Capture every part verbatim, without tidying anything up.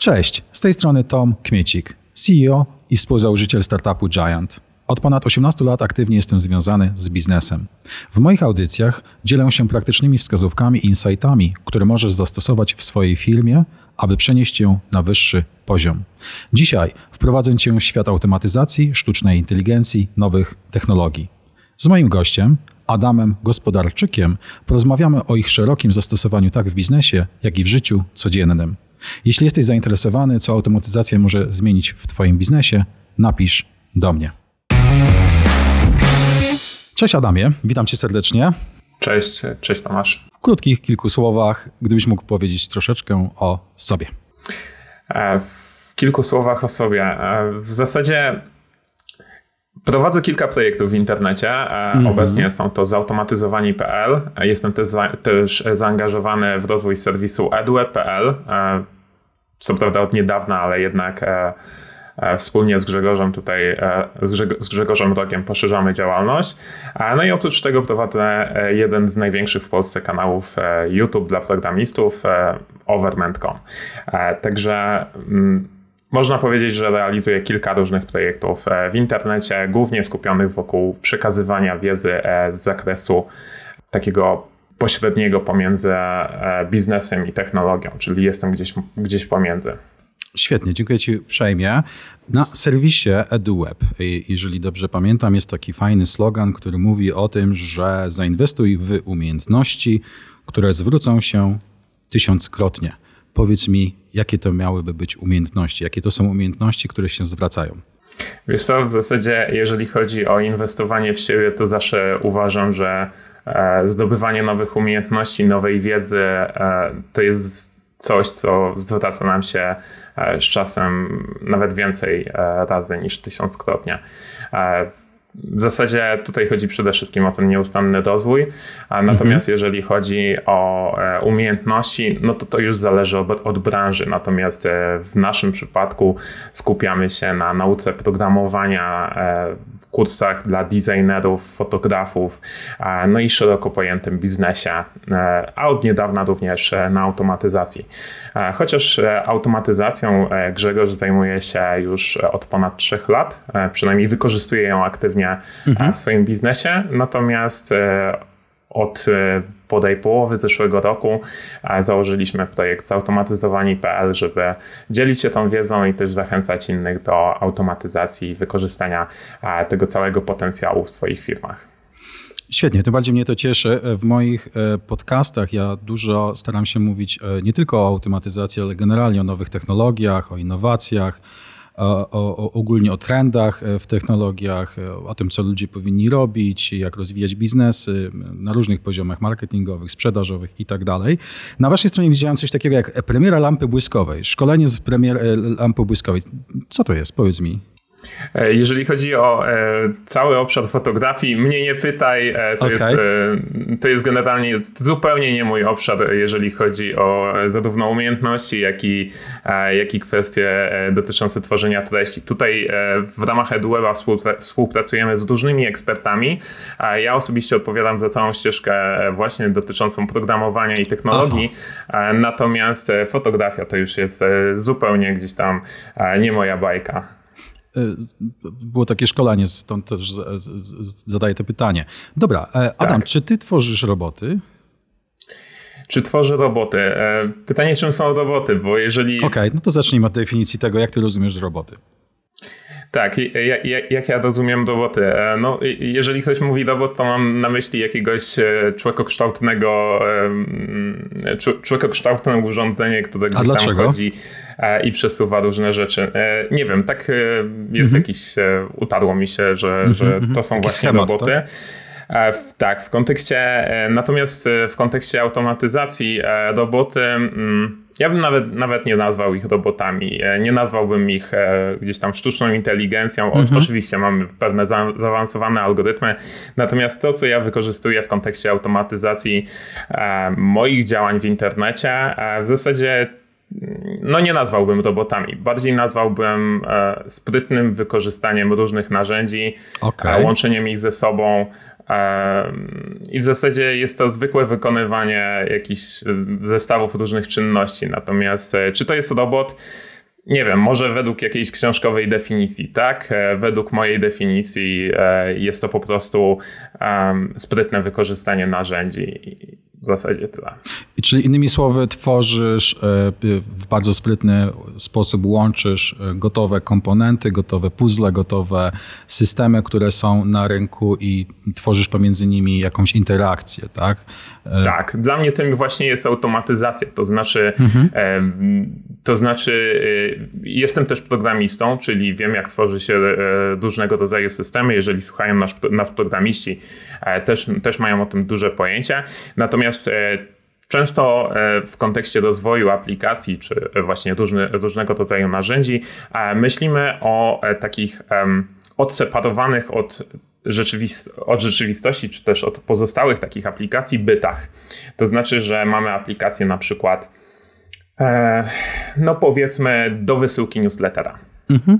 Cześć, z tej strony Tom Kmiecik, C E O i współzałożyciel startupu Giant. Od ponad osiemnastu lat aktywnie jestem związany z biznesem. W moich audycjach dzielę się praktycznymi wskazówkami i insightami, które możesz zastosować w swojej firmie, aby przenieść ją na wyższy poziom. Dzisiaj wprowadzę Cię w świat automatyzacji, sztucznej inteligencji, nowych technologii. Z moim gościem, Adamem Gospodarczykiem, porozmawiamy o ich szerokim zastosowaniu tak w biznesie, jak i w życiu codziennym. Jeśli jesteś zainteresowany, co automatyzacja może zmienić w Twoim biznesie, napisz do mnie. Cześć Adamie, witam Cię serdecznie. Cześć, cześć Tomasz. W krótkich kilku słowach, gdybyś mógł powiedzieć troszeczkę o sobie. W kilku słowach o sobie. W zasadzie prowadzę kilka projektów w internecie. Mm-hmm. Obecnie są to zautomatyzowani kropka p l. Jestem też, za, też zaangażowany w rozwój serwisu edweb kropka p l. Co prawda od niedawna, ale jednak wspólnie z Grzegorzem tutaj, z, Grzeg- z Grzegorzem Rogiem poszerzamy działalność. No i oprócz tego prowadzę jeden z największych w Polsce kanałów YouTube dla programistów, overment kropka com. Także można powiedzieć, że realizuję kilka różnych projektów w internecie, głównie skupionych wokół przekazywania wiedzy z zakresu takiego pośredniego pomiędzy biznesem i technologią, czyli jestem gdzieś, gdzieś pomiędzy. Świetnie, dziękuję Ci uprzejmie. Na serwisie EduWeb, jeżeli dobrze pamiętam, jest taki fajny slogan, który mówi o tym, że zainwestuj w umiejętności, które zwrócą się tysiąckrotnie. Powiedz mi, jakie to miałyby być umiejętności? Jakie to są umiejętności, które się zwracają? Wiesz co, w zasadzie jeżeli chodzi o inwestowanie w siebie, to zawsze uważam, że zdobywanie nowych umiejętności, nowej wiedzy to jest coś, co zwraca nam się z czasem nawet więcej razy niż tysiąckrotnie. W zasadzie tutaj chodzi przede wszystkim o ten nieustanny rozwój, natomiast mhm. jeżeli chodzi o umiejętności, no to to już zależy od, od branży, natomiast w naszym przypadku skupiamy się na nauce programowania, w kursach dla designerów, fotografów, no i szeroko pojętym biznesie, a od niedawna również na automatyzacji. Chociaż automatyzacją Grzegorz zajmuje się już od ponad trzech lat, przynajmniej wykorzystuje ją aktywnie mhm. w swoim biznesie, natomiast od bodaj połowy zeszłego roku założyliśmy projekt zautomatyzowani kropka p l, żeby dzielić się tą wiedzą i też zachęcać innych do automatyzacji i wykorzystania tego całego potencjału w swoich firmach. Świetnie, tym bardziej mnie to cieszy. W moich podcastach ja dużo staram się mówić nie tylko o automatyzacji, ale generalnie o nowych technologiach, o innowacjach, O, o, ogólnie o trendach w technologiach, o tym, co ludzie powinni robić, jak rozwijać biznesy na różnych poziomach marketingowych, sprzedażowych i tak dalej. Na waszej stronie widziałem coś takiego jak premiera lampy błyskowej, szkolenie z premier lampy błyskowej. Co to jest? Powiedz mi. Jeżeli chodzi o e, cały obszar fotografii, mnie nie pytaj, e, to, okay. jest, e, to jest generalnie zupełnie nie mój obszar, jeżeli chodzi o zarówno umiejętności, jak i, e, jak i kwestie dotyczące tworzenia treści. Tutaj e, w ramach EduWeba współpra- współpracujemy z różnymi ekspertami, a ja osobiście odpowiadam za całą ścieżkę właśnie dotyczącą programowania i technologii, e, natomiast fotografia to już jest zupełnie gdzieś tam e, nie moja bajka. Było takie szkolenie, stąd też zadaję to pytanie. Dobra, Adam, tak. Czy ty tworzysz roboty? Czy tworzę roboty? Pytanie, czym są roboty, bo jeżeli... Okej, okay, no to zacznijmy od definicji tego, jak ty rozumiesz roboty. Tak, jak, jak ja rozumiem roboty? No, jeżeli ktoś mówi robot, to mam na myśli jakiegoś człowiekokształtnego, człowiekokształtne urządzenie, które gdzieś tam chodzi i przesuwa różne rzeczy. Nie wiem, tak jest mm-hmm. jakiś, utarło mi się, że, mm-hmm. że to są Taki właśnie schemat, roboty. Tak? W, tak, w kontekście, natomiast w kontekście automatyzacji roboty, ja bym nawet, nawet nie nazwał ich robotami, nie nazwałbym ich gdzieś tam sztuczną inteligencją. Mhm. Oczywiście mamy pewne za, zaawansowane algorytmy, natomiast to, co ja wykorzystuję w kontekście automatyzacji moich działań w internecie, w zasadzie no nie nazwałbym robotami, bardziej nazwałbym sprytnym wykorzystaniem różnych narzędzi, okay. łączeniem ich ze sobą. I w zasadzie jest to zwykłe wykonywanie jakichś zestawów różnych czynności. Natomiast czy to jest robot? Nie wiem, może według jakiejś książkowej definicji, tak? Według mojej definicji jest to po prostu um, sprytne wykorzystanie narzędzi. W zasadzie tyle. I czyli innymi słowy tworzysz w bardzo sprytny sposób, łączysz gotowe komponenty, gotowe puzzle, gotowe systemy, które są na rynku i tworzysz pomiędzy nimi jakąś interakcję, tak? Tak, dla mnie tym właśnie jest automatyzacja, to znaczy, mhm. to znaczy jestem też programistą, czyli wiem, jak tworzy się różnego rodzaju systemy. Jeżeli słuchają nas, nas programiści, też, też mają o tym duże pojęcie. Natomiast często w kontekście rozwoju aplikacji, czy właśnie różny, różnego rodzaju narzędzi, myślimy o takich odseparowanych od, rzeczywist- od rzeczywistości, czy też od pozostałych takich aplikacji bytach. To znaczy, że mamy aplikację na przykład, e, no powiedzmy, do wysyłki newslettera. Mhm.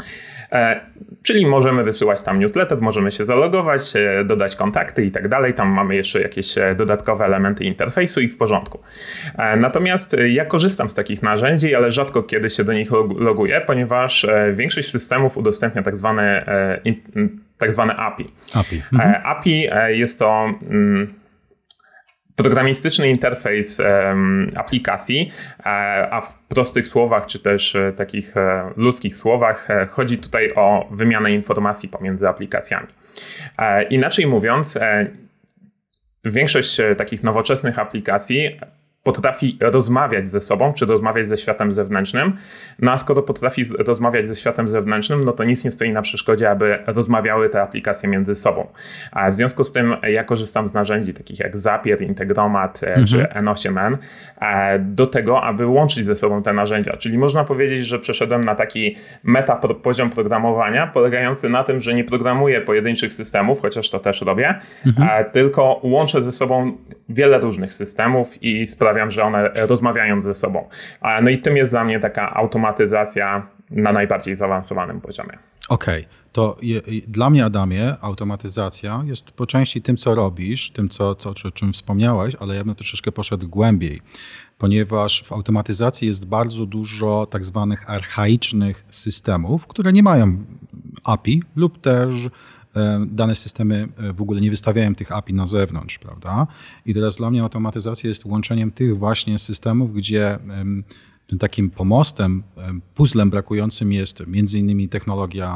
E, czyli możemy wysyłać tam newsletter, możemy się zalogować, e, dodać kontakty i tak dalej. Tam mamy jeszcze jakieś dodatkowe elementy interfejsu i w porządku. E, natomiast ja korzystam z takich narzędzi, ale rzadko kiedy się do nich loguję, ponieważ e, większość systemów udostępnia tak zwane, e, in, tak zwane A P I. A P I, mhm. e, A P I e, jest to... Mm, programistyczny interfejs um, aplikacji, a w prostych słowach, czy też takich e, ludzkich słowach, e, chodzi tutaj o wymianę informacji pomiędzy aplikacjami. E, inaczej mówiąc, e, większość takich nowoczesnych aplikacji potrafi rozmawiać ze sobą, czy rozmawiać ze światem zewnętrznym. No a skoro potrafi rozmawiać ze światem zewnętrznym, no to nic nie stoi na przeszkodzie, aby rozmawiały te aplikacje między sobą. A w związku z tym ja korzystam z narzędzi takich jak Zapier, Integromat mhm. czy N osiem N do tego, aby łączyć ze sobą te narzędzia. Czyli można powiedzieć, że przeszedłem na taki meta poziom programowania, polegający na tym, że nie programuję pojedynczych systemów, chociaż to też robię, mhm. tylko łączę ze sobą wiele różnych systemów i sprawiam, że one rozmawiają ze sobą. No i tym jest dla mnie taka automatyzacja na najbardziej zaawansowanym poziomie. Okej, okay. To je, dla mnie, Adamie, automatyzacja jest po części tym, co robisz, tym, co, co, o czym wspomniałeś, ale ja bym troszeczkę poszedł głębiej, ponieważ w automatyzacji jest bardzo dużo tak zwanych archaicznych systemów, które nie mają A P I lub też dane systemy w ogóle nie wystawiają tych A P I na zewnątrz, prawda? I teraz dla mnie automatyzacja jest łączeniem tych właśnie systemów, gdzie tym takim pomostem, puzzlem brakującym jest między innymi technologia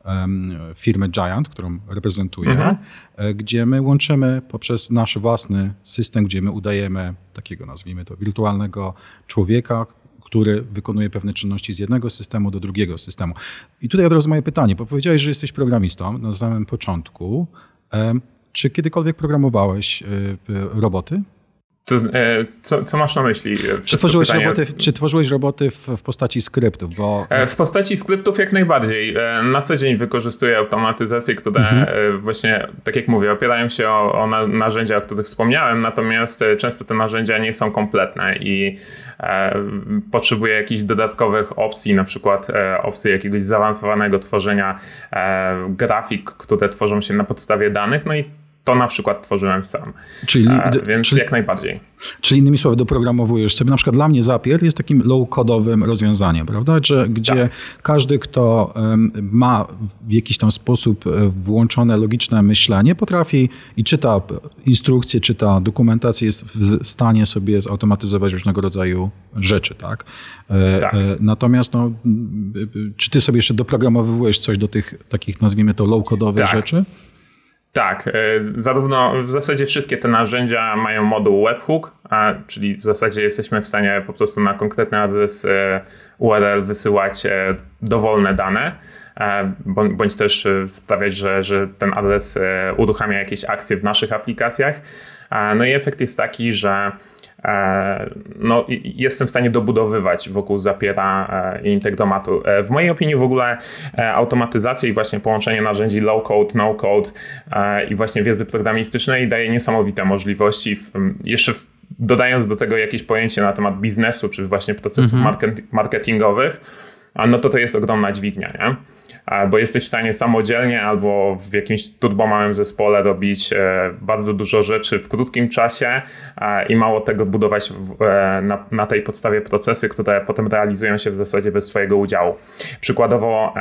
firmy Giant, którą reprezentuję, mhm. gdzie my łączymy poprzez nasz własny system, gdzie my udajemy takiego, nazwijmy to, wirtualnego człowieka, który wykonuje pewne czynności z jednego systemu do drugiego systemu. I tutaj od razu moje pytanie, bo powiedziałeś, że jesteś programistą na samym początku. Czy kiedykolwiek programowałeś roboty? To, co, co masz na myśli? Czy tworzyłeś, roboty, czy tworzyłeś roboty w, w postaci skryptów? Bo... W postaci skryptów jak najbardziej. Na co dzień wykorzystuję automatyzacje, które mhm. właśnie, tak jak mówię, opierają się o, o narzędzia, o których wspomniałem, natomiast często te narzędzia nie są kompletne i e, potrzebuję jakichś dodatkowych opcji, na przykład e, opcji jakiegoś zaawansowanego tworzenia e, grafik, które tworzą się na podstawie danych, no i to na przykład tworzyłem sam, czyli, e, więc czyli, jak najbardziej. Czyli innymi słowy doprogramowujesz sobie, na przykład dla mnie Zapier jest takim low-codowym rozwiązaniem, prawda? Że, gdzie tak. każdy, kto um, ma w jakiś tam sposób włączone logiczne myślenie, potrafi i czyta instrukcje, czyta dokumentację, jest w stanie sobie zautomatyzować różnego rodzaju rzeczy, tak? tak. E, natomiast no, czy ty sobie jeszcze doprogramowujesz coś do tych takich, nazwijmy to, low-codowych tak. rzeczy? Tak, zarówno w zasadzie wszystkie te narzędzia mają moduł webhook, a, czyli w zasadzie jesteśmy w stanie po prostu na konkretny adres U R L wysyłać dowolne dane, bądź też sprawiać, że, że ten adres uruchamia jakieś akcje w naszych aplikacjach. No i efekt jest taki, że no, jestem w stanie dobudowywać wokół Zapiera i Integromatu. W mojej opinii w ogóle automatyzacja i właśnie połączenie narzędzi low-code, no-code i właśnie wiedzy programistycznej daje niesamowite możliwości. Jeszcze dodając do tego jakieś pojęcie na temat biznesu, czy właśnie procesów mhm. marketingowych, no to to jest ogromna dźwignia, nie? Bo jesteś w stanie samodzielnie albo w jakimś turbo małym zespole robić bardzo dużo rzeczy w krótkim czasie i mało tego budować na, na tej podstawie procesy, które potem realizują się w zasadzie bez twojego udziału. Przykładowo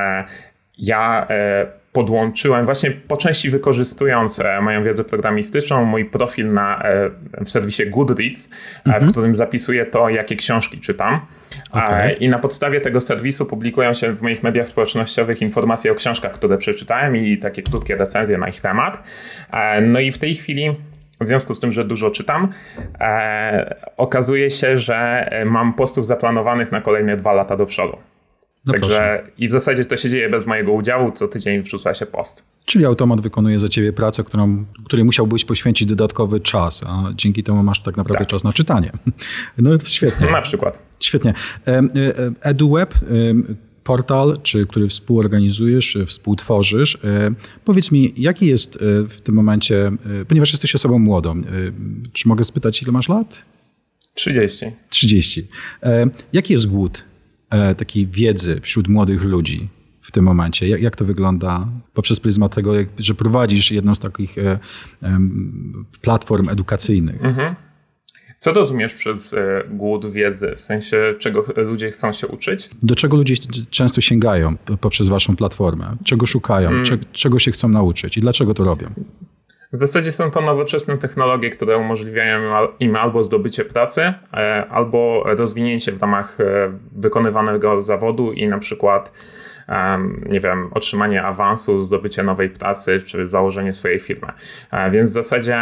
ja podłączyłem, właśnie po części wykorzystując moją wiedzę programistyczną, mój profil na, w serwisie Goodreads, mhm. w którym zapisuję to, jakie książki czytam. Okay. I na podstawie tego serwisu publikują się w moich mediach społecznościowych informacje o książkach, które przeczytałem i takie krótkie recenzje na ich temat. No i w tej chwili, w związku z tym, że dużo czytam, e, okazuje się, że mam postów zaplanowanych na kolejne dwa lata do przodu. No Także proszę. I w zasadzie to się dzieje bez mojego udziału, co tydzień wrzuca się post. Czyli automat wykonuje za ciebie pracę, którą, której musiałbyś poświęcić dodatkowy czas, a dzięki temu masz tak naprawdę tak. czas na czytanie. No to świetnie. Na przykład. Świetnie. EduWeb, portal, czy który współorganizujesz, współtworzysz. Powiedz mi, jaki jest w tym momencie, ponieważ jesteś osobą młodą, czy mogę spytać, ile masz lat? trzydzieści. trzydzieści. Jaki jest głód takiej wiedzy wśród młodych ludzi w tym momencie? Jak, jak to wygląda poprzez pryzmat tego, jak, że prowadzisz jedną z takich e, e, platform edukacyjnych? Mhm. Co rozumiesz przez e, głód wiedzy? W sensie, czego ludzie chcą się uczyć? Do czego ludzie często sięgają poprzez waszą platformę? Czego szukają? Hmm. Cze, czego się chcą nauczyć? I dlaczego to robią? W zasadzie są to nowoczesne technologie, które umożliwiają im albo zdobycie pracy, albo rozwinięcie w ramach wykonywanego zawodu i na przykład, nie wiem, otrzymanie awansu, zdobycie nowej pracy, czy założenie swojej firmy. Więc w zasadzie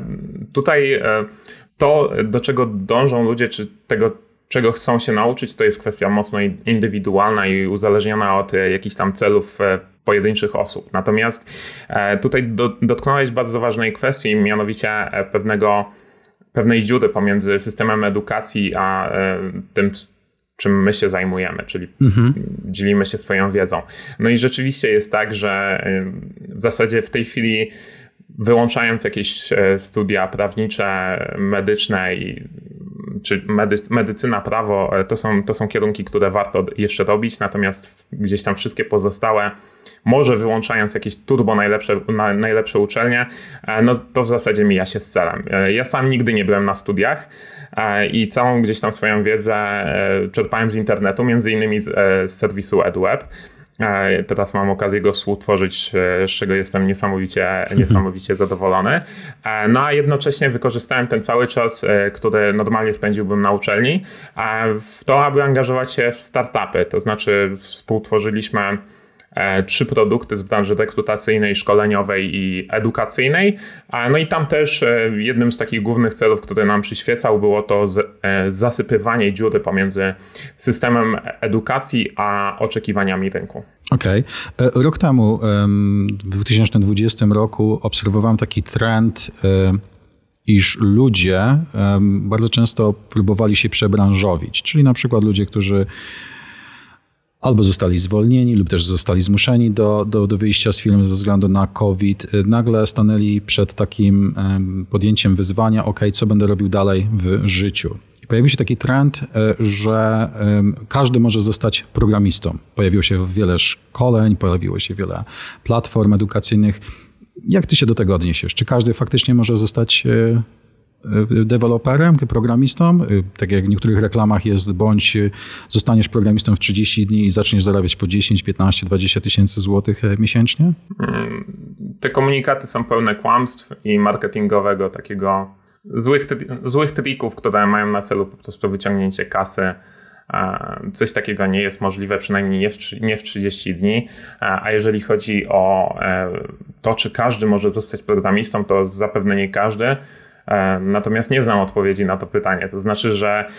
tutaj to, do czego dążą ludzie, czy tego, czego chcą się nauczyć, to jest kwestia mocno indywidualna i uzależniona od jakichś tam celów pojedynczych osób. Natomiast tutaj do, dotknąłeś bardzo ważnej kwestii, mianowicie pewnego, pewnej dziury pomiędzy systemem edukacji a tym, czym my się zajmujemy, czyli mhm. dzielimy się swoją wiedzą. No i rzeczywiście jest tak, że w zasadzie w tej chwili wyłączając jakieś studia prawnicze, medyczne i czy medy, medycyna, prawo, to są, to są kierunki, które warto jeszcze robić, natomiast gdzieś tam wszystkie pozostałe, może wyłączając jakieś turbo najlepsze, na, najlepsze uczelnie, no to w zasadzie mija się z celem. Ja sam nigdy nie byłem na studiach i całą gdzieś tam swoją wiedzę czerpałem z internetu, między innymi z, z serwisu EduWeb. Teraz mam okazję go współtworzyć, z czego jestem niesamowicie, niesamowicie zadowolony. No a jednocześnie wykorzystałem ten cały czas, który normalnie spędziłbym na uczelni, w to, aby angażować się w startupy. To znaczy współtworzyliśmy trzy produkty z branży rekrutacyjnej, szkoleniowej i edukacyjnej. No i tam też jednym z takich głównych celów, który nam przyświecał, było to zasypywanie dziury pomiędzy systemem edukacji a oczekiwaniami rynku. Okej. Okay. Rok temu, w dwa tysiące dwudziestym roku, obserwowałem taki trend, iż ludzie bardzo często próbowali się przebranżowić, czyli na przykład ludzie, którzy albo zostali zwolnieni, lub też zostali zmuszeni do, do, do wyjścia z firmy ze względu na COVID, nagle stanęli przed takim podjęciem wyzwania, ok, co będę robił dalej w życiu. I pojawił się taki trend, że każdy może zostać programistą. Pojawiło się wiele szkoleń, pojawiło się wiele platform edukacyjnych. Jak ty się do tego odniesiesz? Czy każdy faktycznie może zostać deweloperem, programistą? Tak jak w niektórych reklamach jest, bądź zostaniesz programistą w trzydzieści dni i zaczniesz zarabiać po dziesięć, piętnaście, dwadzieścia tysięcy złotych miesięcznie? Te komunikaty są pełne kłamstw i marketingowego takiego złych, złych trików, które mają na celu po prostu wyciągnięcie kasy. Coś takiego nie jest możliwe, przynajmniej nie w, nie w trzydzieści dni. A jeżeli chodzi o to, czy każdy może zostać programistą, to zapewne nie każdy. Natomiast nie znam odpowiedzi na to pytanie. To znaczy, że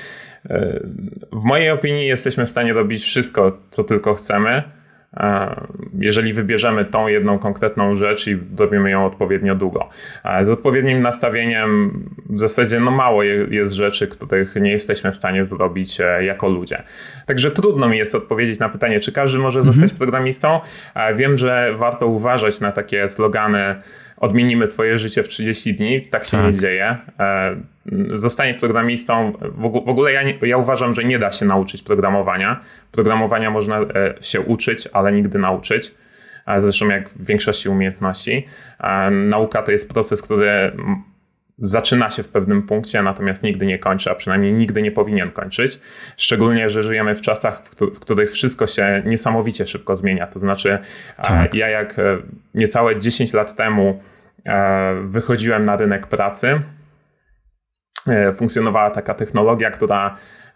w mojej opinii jesteśmy w stanie robić wszystko, co tylko chcemy, jeżeli wybierzemy tą jedną konkretną rzecz i robimy ją odpowiednio długo. Z odpowiednim nastawieniem w zasadzie no mało jest rzeczy, których nie jesteśmy w stanie zrobić jako ludzie. Także trudno mi jest odpowiedzieć na pytanie, czy każdy może zostać mhm. programistą. Wiem, że warto uważać na takie slogany odmienimy twoje życie w trzydzieści dni. Tak się tak. nie dzieje. Zostanie programistą. W ogóle ja, nie, ja uważam, że nie da się nauczyć programowania. Programowania można się uczyć, ale nigdy nauczyć. Zresztą jak w większości umiejętności. Nauka to jest proces, który zaczyna się w pewnym punkcie, natomiast nigdy nie kończy, a przynajmniej nigdy nie powinien kończyć. Szczególnie, że żyjemy w czasach, w których wszystko się niesamowicie szybko zmienia. To znaczy tak. ja jak niecałe dziesięć lat temu wychodziłem na rynek pracy, funkcjonowała taka technologia, która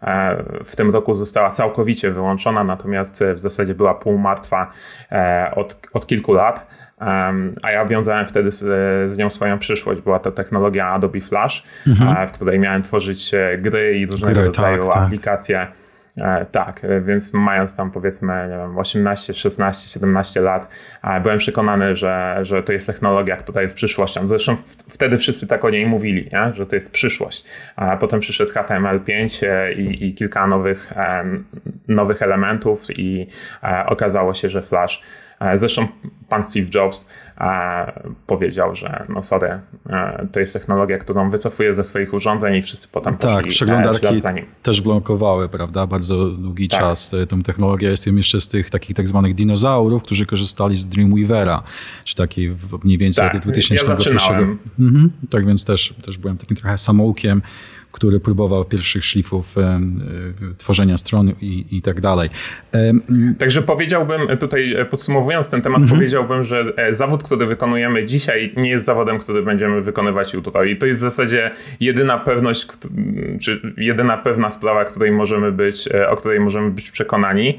w tym roku została całkowicie wyłączona, natomiast w zasadzie była półmartwa od, od kilku lat, a ja wiązałem wtedy z, z nią swoją przyszłość. Była to technologia Adobe Flash, mhm. w której miałem tworzyć gry i różnego Gry, rodzaju tak, aplikacje. Tak. E, tak, więc mając tam powiedzmy nie wiem, osiemnaście, szesnaście, siedemnaście lat, e, byłem przekonany, że, że to jest technologia, która jest przyszłością. Zresztą w, wtedy wszyscy tak o niej mówili, nie? Że to jest przyszłość. A potem przyszedł H T M L pięć e, i, i kilka nowych, e, nowych elementów i e, okazało się, że Flash. E, zresztą pan Steve Jobs e, powiedział, że no sorry, e, to jest technologia, którą wycofuje ze swoich urządzeń i wszyscy potem tak, poszli przeglądarki e, za nim. Też blokowały, prawda, bardzo długi tak. czas tę technologię. Jestem jeszcze z tych takich tak zwanych dinozaurów, którzy korzystali z Dreamweavera, czy takiej mniej więcej tak, od dwutysięcznego pierwszego. Ja mhm. Tak więc też, też byłem takim trochę samoukiem, który próbował pierwszych szlifów e, e, tworzenia stron i, i tak dalej. E, Także powiedziałbym, tutaj podsumowując ten temat, mm-hmm. powiedziałbym, że zawód, który wykonujemy dzisiaj, nie jest zawodem, który będziemy wykonywać jutro. I to jest w zasadzie jedyna pewność, czy jedyna pewna sprawa, której możemy być, o której możemy być przekonani.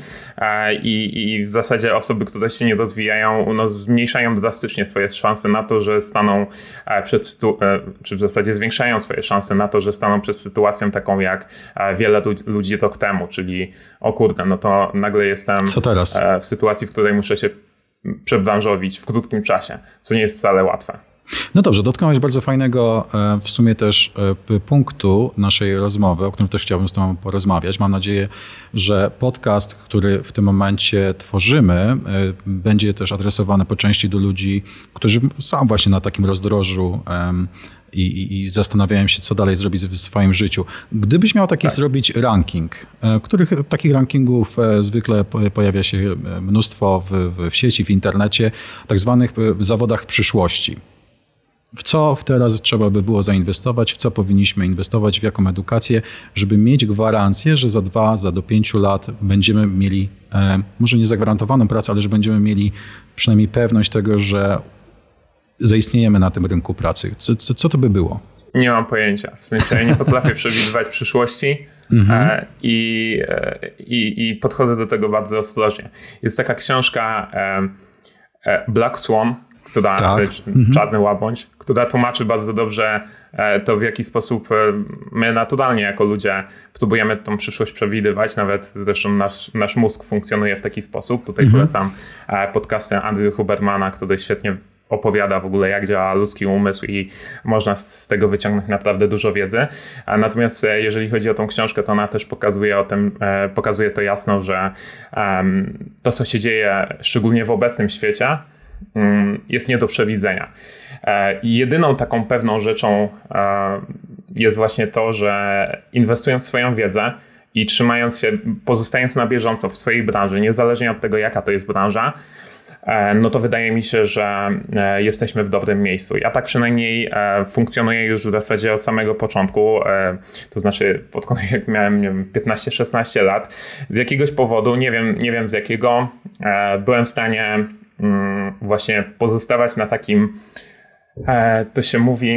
I, i w zasadzie osoby, które się nie rozwijają, no, zmniejszają drastycznie swoje szanse na to, że staną przed, czy w zasadzie zwiększają swoje szanse na to, że staną przed sytuacją taką jak wiele ludzi rok temu, czyli o kurde, no to nagle jestem co teraz? w sytuacji, w której muszę się przebranżowić w krótkim czasie, co nie jest wcale łatwe. No dobrze, dotknąłeś bardzo fajnego w sumie też punktu naszej rozmowy, o którym też chciałbym z tobą porozmawiać. Mam nadzieję, że podcast, który w tym momencie tworzymy, będzie też adresowany po części do ludzi, którzy są właśnie na takim rozdrożu i, i, i zastanawiają się, co dalej zrobić w swoim życiu. Gdybyś miał taki tak. zrobić ranking, których takich rankingów zwykle pojawia się mnóstwo w, w sieci, w internecie, tak zwanych zawodach przyszłości. W co teraz trzeba by było zainwestować, w co powinniśmy inwestować, w jaką edukację, żeby mieć gwarancję, że za dwa, za do pięciu lat będziemy mieli, e, może nie zagwarantowaną pracę, ale że będziemy mieli przynajmniej pewność tego, że zaistniejemy na tym rynku pracy. Co, co, co to by było? Nie mam pojęcia. W sensie ja nie potrafię przewidywać przyszłości mhm. e, i, e, i, i podchodzę do tego bardzo ostrożnie. Jest taka książka e, e, Black Swan, która, tak. Czarny Łabędź, która tłumaczy bardzo dobrze to, w jaki sposób my naturalnie jako ludzie próbujemy tą przyszłość przewidywać. Nawet zresztą nasz, nasz mózg funkcjonuje w taki sposób. Tutaj mhm. polecam podcasty Andrew Hubermana, który świetnie opowiada w ogóle, jak działa ludzki umysł i można z tego wyciągnąć naprawdę dużo wiedzy. Natomiast jeżeli chodzi o tą książkę, to ona też pokazuje o tym, pokazuje to jasno, że to, co się dzieje szczególnie w obecnym świecie, jest nie do przewidzenia. I jedyną taką pewną rzeczą jest właśnie to, że inwestując w swoją wiedzę i trzymając się, pozostając na bieżąco w swojej branży, niezależnie od tego, jaka to jest branża, no to wydaje mi się, że jesteśmy w dobrym miejscu. Ja tak przynajmniej funkcjonuję już w zasadzie od samego początku, to znaczy od jak miałem nie wiem, piętnaście szesnaście lat. Z jakiegoś powodu, nie wiem, nie wiem z jakiego, byłem w stanie właśnie pozostawać na takim, to się mówi,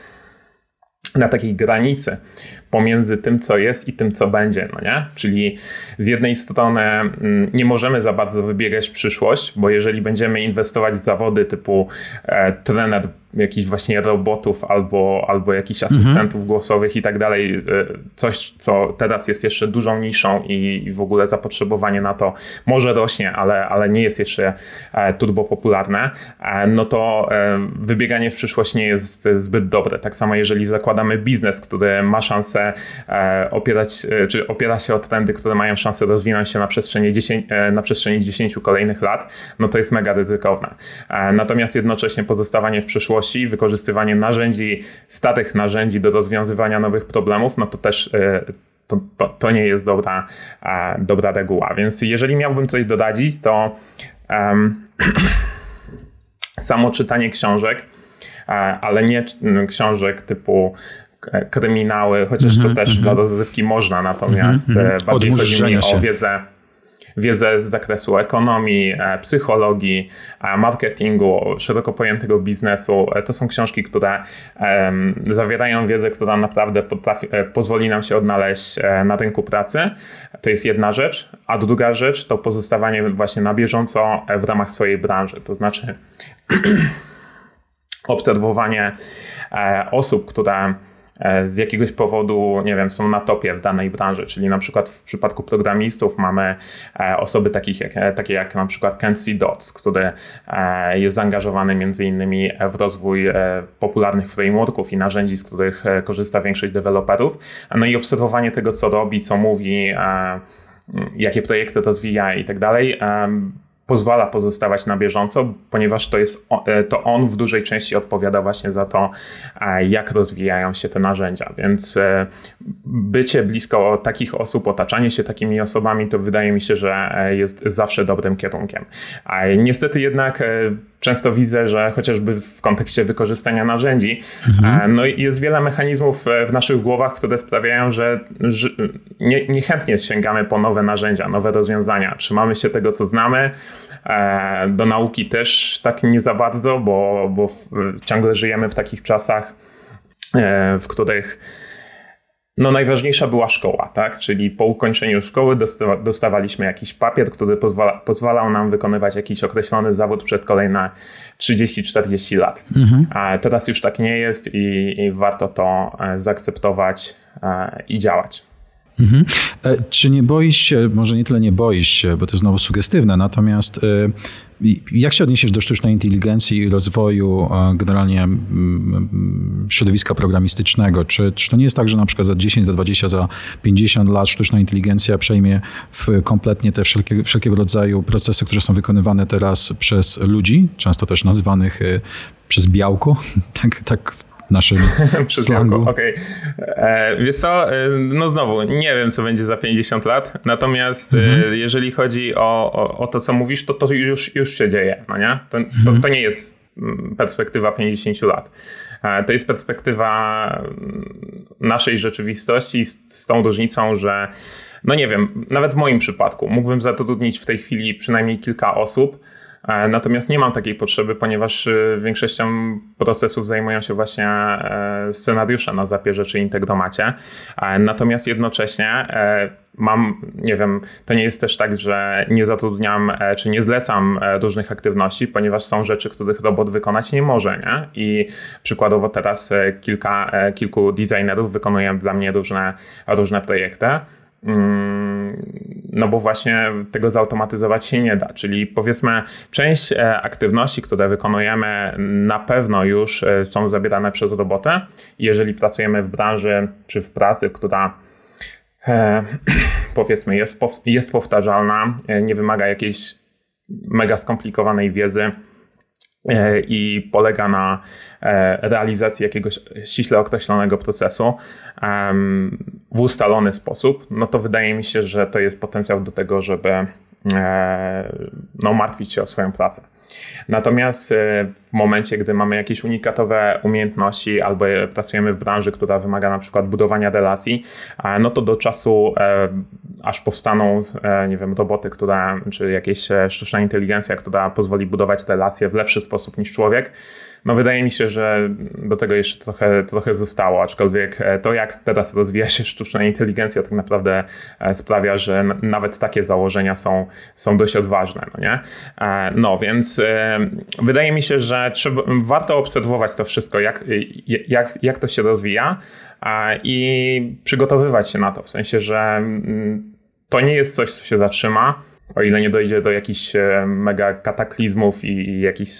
na takiej granicy pomiędzy tym, co jest i tym, co będzie, no nie? Czyli z jednej strony nie możemy za bardzo wybiegać w przyszłość, bo jeżeli będziemy inwestować w zawody typu e, trener jakichś właśnie robotów albo, albo jakichś asystentów mhm. głosowych i tak dalej, coś, co teraz jest jeszcze dużą niszą i, i w ogóle zapotrzebowanie na to może rośnie, ale, ale nie jest jeszcze e, turbo popularne, e, no to e, wybieganie w przyszłość nie jest zbyt dobre. Tak samo jeżeli zakładamy biznes, który ma szansę szansę opierać, czy opiera się o trendy, które mają szansę rozwinąć się na przestrzeni dziesięciu, na przestrzeni dziesięciu kolejnych lat, no to jest mega ryzykowne. Natomiast jednocześnie pozostawanie w przyszłości, wykorzystywanie narzędzi, starych narzędzi do rozwiązywania nowych problemów, no to też To, to, to nie jest dobra, e, dobra reguła. Więc jeżeli miałbym coś doradzić, to um, samo czytanie książek, e, ale nie książek typu kryminały, chociaż mm-hmm, to też mm-hmm. dla rozrywki można, natomiast mm-hmm. bardziej chodzi mi o wiedzę, wiedzę z zakresu ekonomii, psychologii, marketingu, szeroko pojętego biznesu. To są książki, które um, zawierają wiedzę, która naprawdę potrafi, pozwoli nam się odnaleźć na rynku pracy. To jest jedna rzecz. A druga rzecz to pozostawanie właśnie na bieżąco w ramach swojej branży. To znaczy obserwowanie osób, które z jakiegoś powodu, nie wiem, są na topie w danej branży, czyli na przykład w przypadku programistów mamy osoby takich jak, takie jak na przykład Kenzie Dodds, który jest zaangażowany między innymi w rozwój popularnych frameworków i narzędzi, z których korzysta większość deweloperów. No i obserwowanie tego, co robi, co mówi, jakie projekty rozwija i tak dalej, pozwala pozostawać na bieżąco, ponieważ to jest to on w dużej części odpowiada właśnie za to, jak rozwijają się te narzędzia. Więc bycie blisko takich osób, otaczanie się takimi osobami, to wydaje mi się, że jest zawsze dobrym kierunkiem. A niestety jednak często widzę, że chociażby w kontekście wykorzystania narzędzi, mhm. no jest wiele mechanizmów w naszych głowach, które sprawiają, że, że nie, niechętnie sięgamy po nowe narzędzia, nowe rozwiązania. Trzymamy się tego, co znamy. Do nauki też tak nie za bardzo, bo, bo w, ciągle żyjemy w takich czasach, w których no najważniejsza była szkoła, tak? Czyli po ukończeniu szkoły dostawa, dostawaliśmy jakiś papier, który pozwala, pozwalał nam wykonywać jakiś określony zawód przez kolejne trzydzieści czterdzieści lat. Mhm. A teraz już tak nie jest i, i warto to zaakceptować i działać. Mhm. Czy nie boisz się, może nie tyle nie boisz się, bo to znowu sugestywne, natomiast jak się odniesiesz do sztucznej inteligencji i rozwoju generalnie środowiska programistycznego? Czy, czy to nie jest tak, że na przykład za dziesięć, za dwadzieścia, za pięćdziesiąt lat sztuczna inteligencja przejmie w kompletnie te wszelkie, wszelkiego rodzaju procesy, które są wykonywane teraz przez ludzi, często też nazywanych przez białko, tak, tak naszym slangu. Okej. Okay. Wiesz co, no znowu, nie wiem, co będzie za pięćdziesiąt lat, natomiast mhm. jeżeli chodzi o, o, o to, co mówisz, to to już, już się dzieje, no nie? To, to, to nie jest perspektywa pięćdziesiąt lat. To jest perspektywa naszej rzeczywistości z, z tą różnicą, że no nie wiem, nawet w moim przypadku mógłbym zatrudnić w tej chwili przynajmniej kilka osób, natomiast nie mam takiej potrzeby, ponieważ większością procesów zajmują się właśnie scenariusze na Zapierze czy Integromacie. Natomiast jednocześnie mam, nie wiem, to nie jest też tak, że nie zatrudniam czy nie zlecam różnych aktywności, ponieważ są rzeczy, których robot wykonać nie może, nie? I przykładowo teraz kilka, kilku designerów wykonuje dla mnie różne, różne projekty. No bo właśnie tego zautomatyzować się nie da, czyli powiedzmy część aktywności, które wykonujemy, na pewno już są zabierane przez robotę. Jeżeli pracujemy w branży czy w pracy, która e, powiedzmy jest, jest powtarzalna, nie wymaga jakiejś mega skomplikowanej wiedzy i polega na realizacji jakiegoś ściśle określonego procesu w ustalony sposób, no to wydaje mi się, że to jest potencjał do tego, żeby no, martwić się o swoją pracę. Natomiast w momencie, gdy mamy jakieś unikatowe umiejętności albo pracujemy w branży, która wymaga na przykład budowania relacji, no to do czasu, aż powstaną, nie wiem, roboty, które, czy jakieś sztuczna inteligencja, która pozwoli budować relacje w lepszy sposób niż człowiek, no wydaje mi się, że do tego jeszcze trochę, trochę zostało, aczkolwiek to, jak teraz rozwija się sztuczna inteligencja, tak naprawdę sprawia, że nawet takie założenia są, są dość odważne, no nie? No więc wydaje mi się, że trzeba, warto obserwować to wszystko, jak, jak, jak to się rozwija i przygotowywać się na to, w sensie, że to nie jest coś, co się zatrzyma, o ile nie dojdzie do jakichś mega kataklizmów i, i jakichś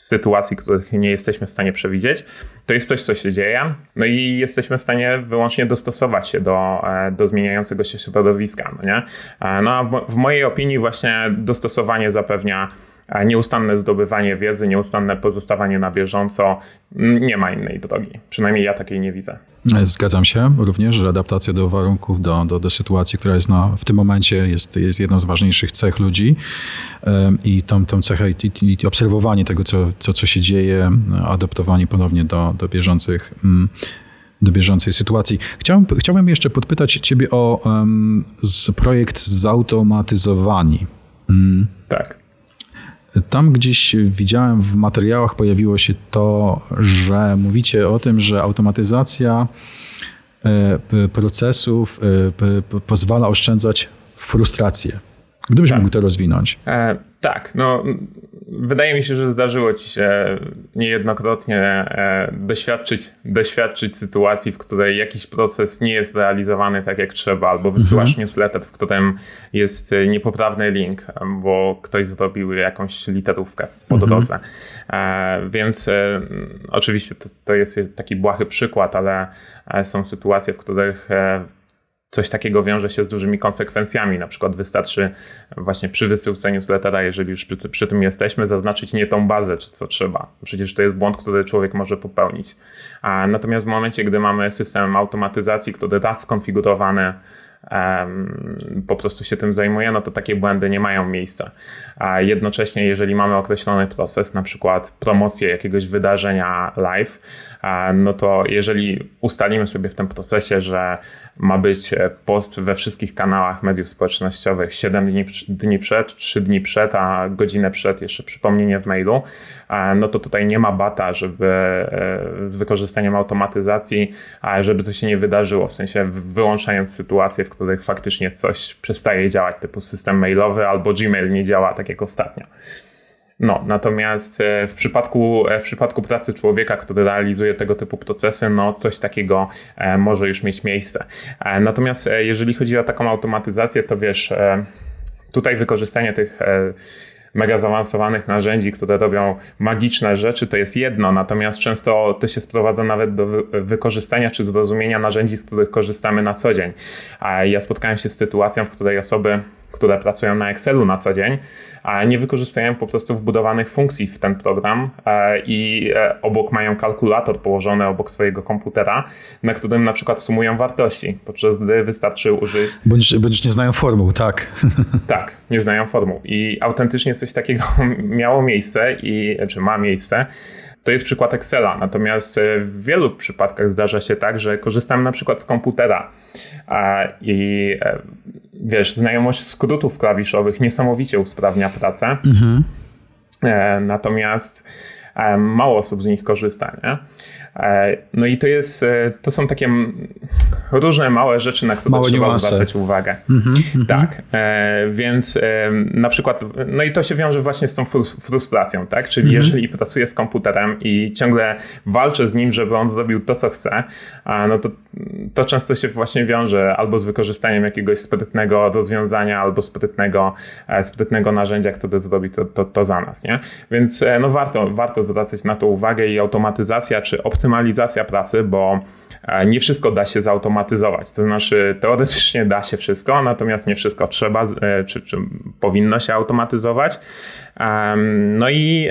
sytuacji, których nie jesteśmy w stanie przewidzieć, to jest coś, co się dzieje, no i jesteśmy w stanie wyłącznie dostosować się do, do zmieniającego się środowiska, no nie? No a w mojej opinii właśnie dostosowanie zapewnia nieustanne zdobywanie wiedzy, nieustanne pozostawanie na bieżąco. Nie ma innej drogi. Przynajmniej ja takiej nie widzę. Zgadzam się również, że adaptacja do warunków, do, do, do sytuacji, która jest na, w tym momencie jest, jest jedną z ważniejszych cech ludzi i tą, tą cechę i, i obserwowanie tego, co, co, co się dzieje, adaptowanie ponownie do, do bieżących do bieżącej sytuacji. Chciałbym, chciałbym jeszcze podpytać Ciebie o um, z projekt Zautomatyzowani. Mm. Tak. Tam gdzieś widziałem w materiałach, pojawiło się to, że mówicie o tym, że automatyzacja procesów pozwala oszczędzać frustrację. Gdybyś tak. mógł to rozwinąć. E, tak, no wydaje mi się, że zdarzyło ci się niejednokrotnie e, doświadczyć, doświadczyć sytuacji, w której jakiś proces nie jest realizowany tak jak trzeba, albo wysyłasz mhm. newsletter, w którym jest niepoprawny link, bo ktoś zrobił jakąś literówkę po mhm. drodze. E, więc e, oczywiście to, to jest taki błahy przykład, ale są sytuacje, w których e, coś takiego wiąże się z dużymi konsekwencjami. Na przykład wystarczy właśnie przy wysyłce newslettera, jeżeli już przy, przy tym jesteśmy, zaznaczyć nie tą bazę, czy co trzeba. Przecież to jest błąd, który człowiek może popełnić. A natomiast w momencie, gdy mamy system automatyzacji, który raz skonfigurowany um, po prostu się tym zajmuje, no to takie błędy nie mają miejsca. A jednocześnie, jeżeli mamy określony proces, na przykład promocję jakiegoś wydarzenia live, no to jeżeli ustalimy sobie w tym procesie, że ma być post we wszystkich kanałach mediów społecznościowych siedem dni, dni przed, trzy dni przed, a godzinę przed jeszcze przypomnienie w mailu, no to tutaj nie ma bata, żeby z wykorzystaniem automatyzacji, żeby to się nie wydarzyło, w sensie wyłączając sytuacje, w których faktycznie coś przestaje działać, typu system mailowy albo Gmail nie działa tak jak ostatnio. No, natomiast w przypadku, w przypadku pracy człowieka, który realizuje tego typu procesy, no coś takiego może już mieć miejsce. Natomiast jeżeli chodzi o taką automatyzację, to wiesz, tutaj wykorzystanie tych mega zaawansowanych narzędzi, które robią magiczne rzeczy, to jest jedno, natomiast często to się sprowadza nawet do wy- wykorzystania czy zrozumienia narzędzi, z których korzystamy na co dzień. A ja spotkałem się z sytuacją, w której osoby, które pracują na Excelu na co dzień, nie wykorzystują po prostu wbudowanych funkcji w ten program i obok mają kalkulator położony obok swojego komputera, na którym na przykład sumują wartości, podczas gdy wystarczy użyć... Bądź, bądź nie znają formuł, tak. Tak, nie znają formuł. I autentycznie coś takiego miało miejsce, i, czy ma miejsce. To jest przykład Excela, natomiast w wielu przypadkach zdarza się tak, że korzystamy na przykład z komputera i wiesz, znajomość skrótów klawiszowych niesamowicie usprawnia pracę, mhm. natomiast mało osób z nich korzysta, nie? No i to jest, to są takie różne małe rzeczy, na które małe trzeba niuanse. zwracać uwagę. Mm-hmm, tak, mm-hmm. Więc na przykład, no i to się wiąże właśnie z tą frustracją, tak? Czyli mm-hmm. jeżeli pracuję z komputerem i ciągle walczę z nim, żeby on zrobił to, co chce, no to, to często się właśnie wiąże albo z wykorzystaniem jakiegoś sprytnego rozwiązania, albo sprytnego, sprytnego narzędzia, które zrobi to, to, to za nas, nie? Więc no warto, warto zwracać na to uwagę i automatyzacja czy optymalizacja pracy, bo nie wszystko da się zautomatyzować. To znaczy teoretycznie da się wszystko, natomiast nie wszystko trzeba czy, czy powinno się automatyzować. No i,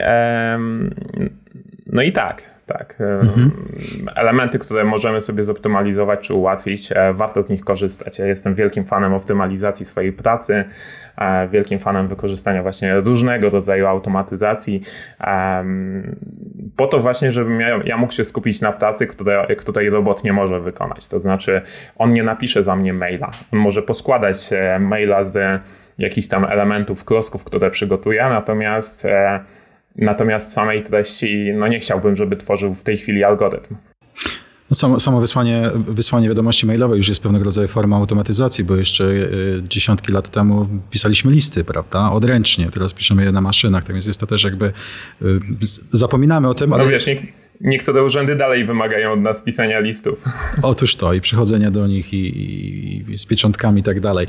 no i tak. Tak, mhm. Elementy, które możemy sobie zoptymalizować czy ułatwić, warto z nich korzystać. Ja jestem wielkim fanem optymalizacji swojej pracy, wielkim fanem wykorzystania właśnie różnego rodzaju automatyzacji, po to właśnie, żebym ja, ja mógł się skupić na pracy, które, której robot nie może wykonać. To znaczy on nie napisze za mnie maila, on może poskładać maila z jakichś tam elementów, klocków, które przygotuje, natomiast Natomiast samej treści, no nie chciałbym, żeby tworzył w tej chwili algorytm. Samo, samo wysłanie, wysłanie wiadomości mailowej już jest pewnego rodzaju forma automatyzacji, bo jeszcze dziesiątki lat temu pisaliśmy listy, prawda, odręcznie. Teraz piszemy je na maszynach, tak więc jest to też jakby, zapominamy o tym, ale... No wiesz, nie, niektóre urzędy dalej wymagają od nas pisania listów. Otóż to i przychodzenia do nich i, i, i z pieczątkami i tak dalej.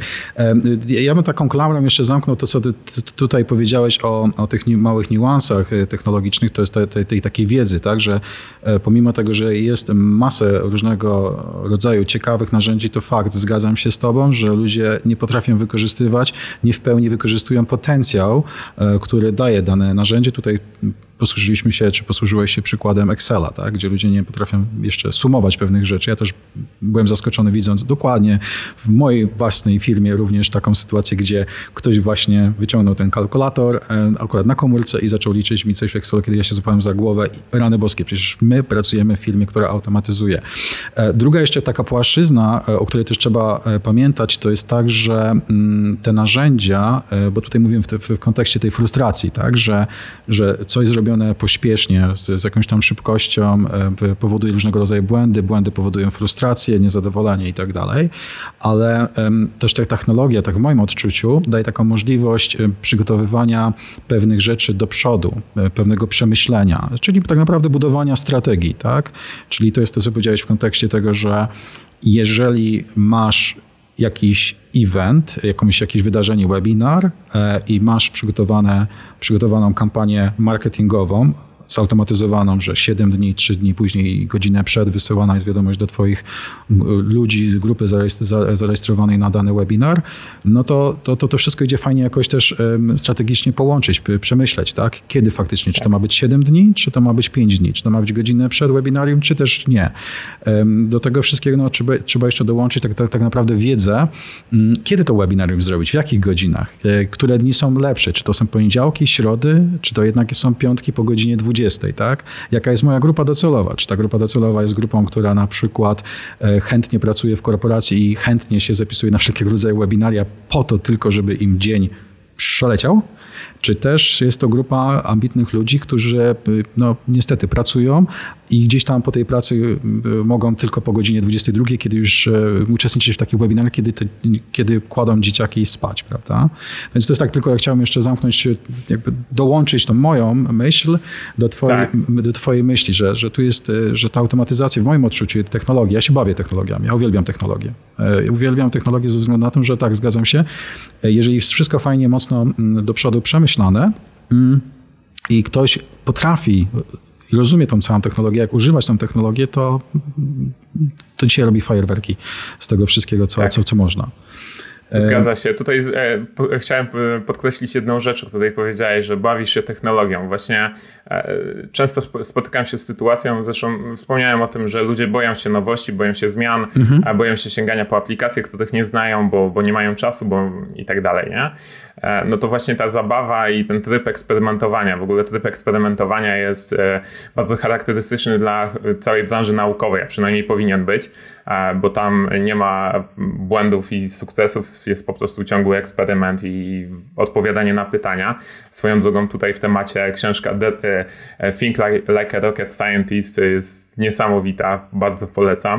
Ja bym taką klamrą jeszcze zamknął to, co ty tutaj powiedziałeś o, o tych małych niuansach technologicznych, to jest tej, tej, tej takiej wiedzy, tak, że pomimo tego, że jest masę różnego rodzaju ciekawych narzędzi, to fakt, zgadzam się z tobą, że ludzie nie potrafią wykorzystywać, nie w pełni wykorzystują potencjał, który daje dane narzędzie. Tutaj posłużyliśmy się, czy posłużyłeś się przykładem Excela, tak? Gdzie ludzie nie potrafią jeszcze sumować pewnych rzeczy. Ja też byłem zaskoczony, widząc dokładnie w mojej własnej firmie również taką sytuację, gdzie ktoś właśnie wyciągnął ten kalkulator akurat na komórce i zaczął liczyć mi coś w Excelu, kiedy ja się złapałem za głowę i rany boskie, przecież my pracujemy w firmie, która automatyzuje. Druga jeszcze taka płaszczyzna, o której też trzeba pamiętać, to jest tak, że te narzędzia, bo tutaj mówimy w, te, w kontekście tej frustracji, tak? że, że coś zrobione pośpiesznie, z, z jakąś tam szybkością powoduje różnego rodzaju błędy, błędy powodują frustrację, niezadowolenie i tak dalej, ale um, też ta technologia, tak w moim odczuciu, daje taką możliwość przygotowywania pewnych rzeczy do przodu, pewnego przemyślenia, czyli tak naprawdę budowania strategii, tak? Czyli to jest to, co powiedziałeś w kontekście tego, że jeżeli masz jakiś event, jakąś, jakieś wydarzenie, webinar e, i masz przygotowane, przygotowaną kampanię marketingową, zautomatyzowaną, że siedem dni, trzy dni później, godzinę przed wysyłana jest wiadomość do twoich ludzi, grupy zarejestrowanej na dany webinar, no to to, to, to wszystko idzie fajnie jakoś też um, strategicznie połączyć, przemyśleć, tak? Kiedy faktycznie, czy to ma być siedem dni, czy to ma być pięć dni, czy to ma być godzinę przed webinarium, czy też nie. Um, do tego wszystkiego no, trzeba, trzeba jeszcze dołączyć tak, tak, tak naprawdę wiedzę, um, kiedy to webinarium zrobić, w jakich godzinach, e, które dni są lepsze, czy to są poniedziałki, środy, czy to jednak są piątki po godzinie dwudziestej, tak? Jaka jest moja grupa docelowa? Czy ta grupa docelowa jest grupą, która na przykład chętnie pracuje w korporacji i chętnie się zapisuje na wszelkiego rodzaju webinaria po to tylko, żeby im dzień przeleciał? Czy też jest to grupa ambitnych ludzi, którzy no, niestety pracują i gdzieś tam po tej pracy mogą tylko po godzinie dwudziestej drugiej, kiedy już uczestniczyć w takich webinarach, kiedy, te, kiedy kładą dzieciaki spać, prawda? Więc to jest tak tylko, ja chciałem jeszcze zamknąć, jakby dołączyć tą moją myśl do twojej, tak. do twojej myśli, że, że tu jest, że ta automatyzacja w moim odczuciu, technologia, ja się bawię technologiami, ja uwielbiam technologię. Uwielbiam technologię ze względu na to, że tak, zgadzam się, jeżeli jest wszystko fajnie, mocno do przodu przemyślane i ktoś potrafi i rozumie tą całą technologię, jak używać tą technologię, to, to dzisiaj robi fajerwerki z tego wszystkiego, co, tak. co, co można. Zgadza się. Tutaj e, po, chciałem podkreślić jedną rzecz, o której powiedziałeś, że bawisz się technologią. Właśnie e, często spotykam się z sytuacją, zresztą wspomniałem o tym, że ludzie boją się nowości, boją się zmian, mhm. a boją się sięgania po aplikacje, których nie znają, bo, bo nie mają czasu, bo i tak dalej, nie? E, no to właśnie ta zabawa i ten tryb eksperymentowania, w ogóle tryb eksperymentowania jest e, bardzo charakterystyczny dla całej branży naukowej, a przynajmniej powinien być, e, bo tam nie ma błędów i sukcesów, jest po prostu ciągły eksperyment i odpowiadanie na pytania. Swoją drogą tutaj w temacie książka Think Like a Rocket Scientist jest niesamowita, bardzo polecam.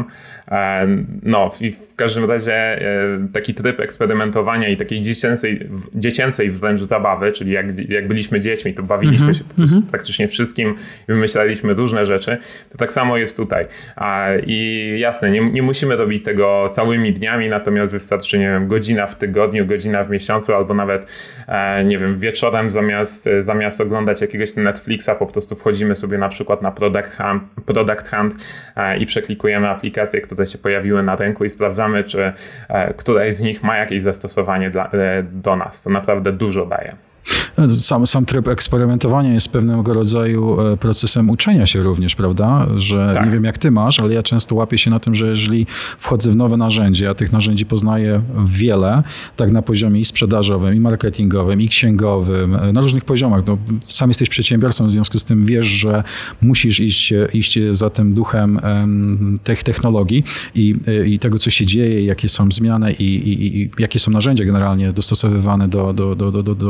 No i w każdym razie taki tryb eksperymentowania i takiej dziecięcej, dziecięcej wręcz zabawy, czyli jak, jak byliśmy dziećmi, to bawiliśmy się mm-hmm. praktycznie wszystkim i wymyślaliśmy różne rzeczy, to tak samo jest tutaj. I jasne, nie, nie musimy robić tego całymi dniami, natomiast wystarczy, nie wiem, godzina w tygodniu, godzina w miesiącu, albo nawet, nie wiem, wieczorem zamiast, zamiast oglądać jakiegoś Netflixa, po prostu wchodzimy sobie na przykład na Product Hunt, Product Hunt i przeklikujemy aplikacje, które się pojawiły na rynku i sprawdzamy, czy któraś z nich ma jakieś zastosowanie dla, do nas. To naprawdę dużo daje. Sam, sam tryb eksperymentowania jest pewnego rodzaju procesem uczenia się również, prawda? Że tak. Nie wiem jak ty masz, ale ja często łapię się na tym, że jeżeli wchodzę w nowe narzędzie, a tych narzędzi poznaję wiele, tak na poziomie i sprzedażowym, i marketingowym, i księgowym, na różnych poziomach. No, sam jesteś przedsiębiorcą, w związku z tym wiesz, że musisz iść, iść za tym duchem tych technologii i, i tego, co się dzieje, jakie są zmiany i, i, i jakie są narzędzia generalnie dostosowywane do, do, do, do, do, do bieżących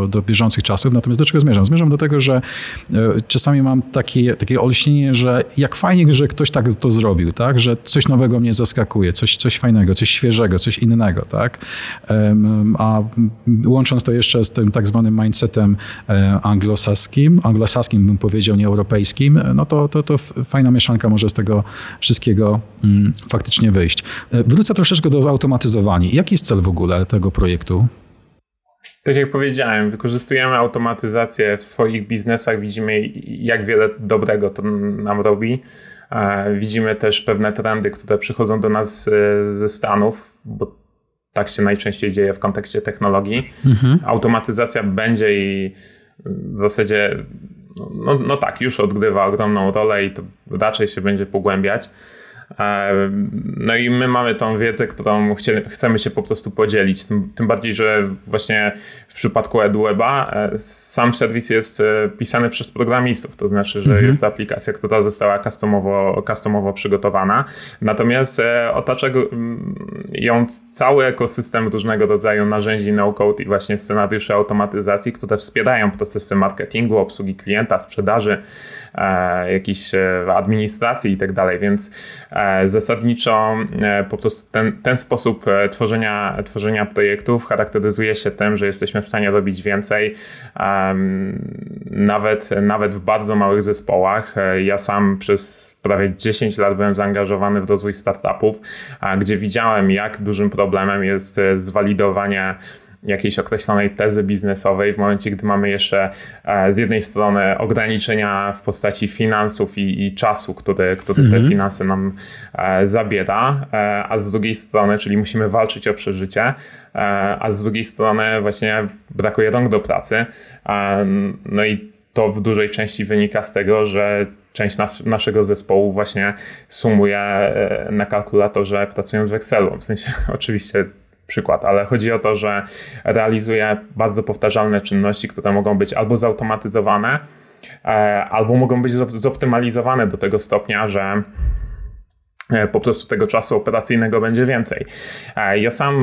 bieżących czasów. Natomiast do czego zmierzam? Zmierzam do tego, że czasami mam takie, takie olśnienie, że jak fajnie, że ktoś tak to zrobił, tak? Że coś nowego mnie zaskakuje, coś, coś fajnego, coś świeżego, coś innego. Tak? A łącząc to jeszcze z tym tak zwanym mindsetem anglosaskim, anglosaskim bym powiedział, nie europejskim, no to, to, to fajna mieszanka może z tego wszystkiego mm, faktycznie wyjść. Wrócę troszeczkę do zautomatyzowania. Jaki jest cel w ogóle tego projektu? Tak jak powiedziałem, wykorzystujemy automatyzację w swoich biznesach, widzimy jak wiele dobrego to nam robi. Widzimy też pewne trendy, które przychodzą do nas ze Stanów, bo tak się najczęściej dzieje w kontekście technologii. Mhm. Automatyzacja będzie i w zasadzie no, no tak, już odgrywa ogromną rolę i to raczej się będzie pogłębiać. No i my mamy tą wiedzę, którą chcie, chcemy się po prostu podzielić. Tym, tym bardziej, że właśnie w przypadku EduWeba sam serwis jest pisany przez programistów. To znaczy, że mhm. jest to aplikacja, która została customowo, customowo przygotowana. Natomiast otacza ją cały ekosystem różnego rodzaju narzędzi no-code i właśnie scenariuszy automatyzacji, które wspierają procesy marketingu, obsługi klienta, sprzedaży, jakiejś administracji i tak dalej. Więc zasadniczo po prostu ten, ten sposób tworzenia, tworzenia projektów charakteryzuje się tym, że jesteśmy w stanie robić więcej, nawet, nawet w bardzo małych zespołach. Ja sam przez prawie dziesięć lat byłem zaangażowany w rozwój startupów, gdzie widziałem, jak dużym problemem jest zwalidowanie jakiejś określonej tezy biznesowej w momencie, gdy mamy jeszcze z jednej strony ograniczenia w postaci finansów i, i czasu, który, który mhm. te finanse nam zabiera, a z drugiej strony, czyli musimy walczyć o przeżycie, a z drugiej strony właśnie brakuje rąk do pracy. No i to w dużej części wynika z tego, że część nas, naszego zespołu właśnie sumuje na kalkulatorze, pracując w Excelu. W sensie oczywiście przykład, ale chodzi o to, że realizuje bardzo powtarzalne czynności, które mogą być albo zautomatyzowane, albo mogą być zoptymalizowane do tego stopnia, że po prostu tego czasu operacyjnego będzie więcej. Ja sam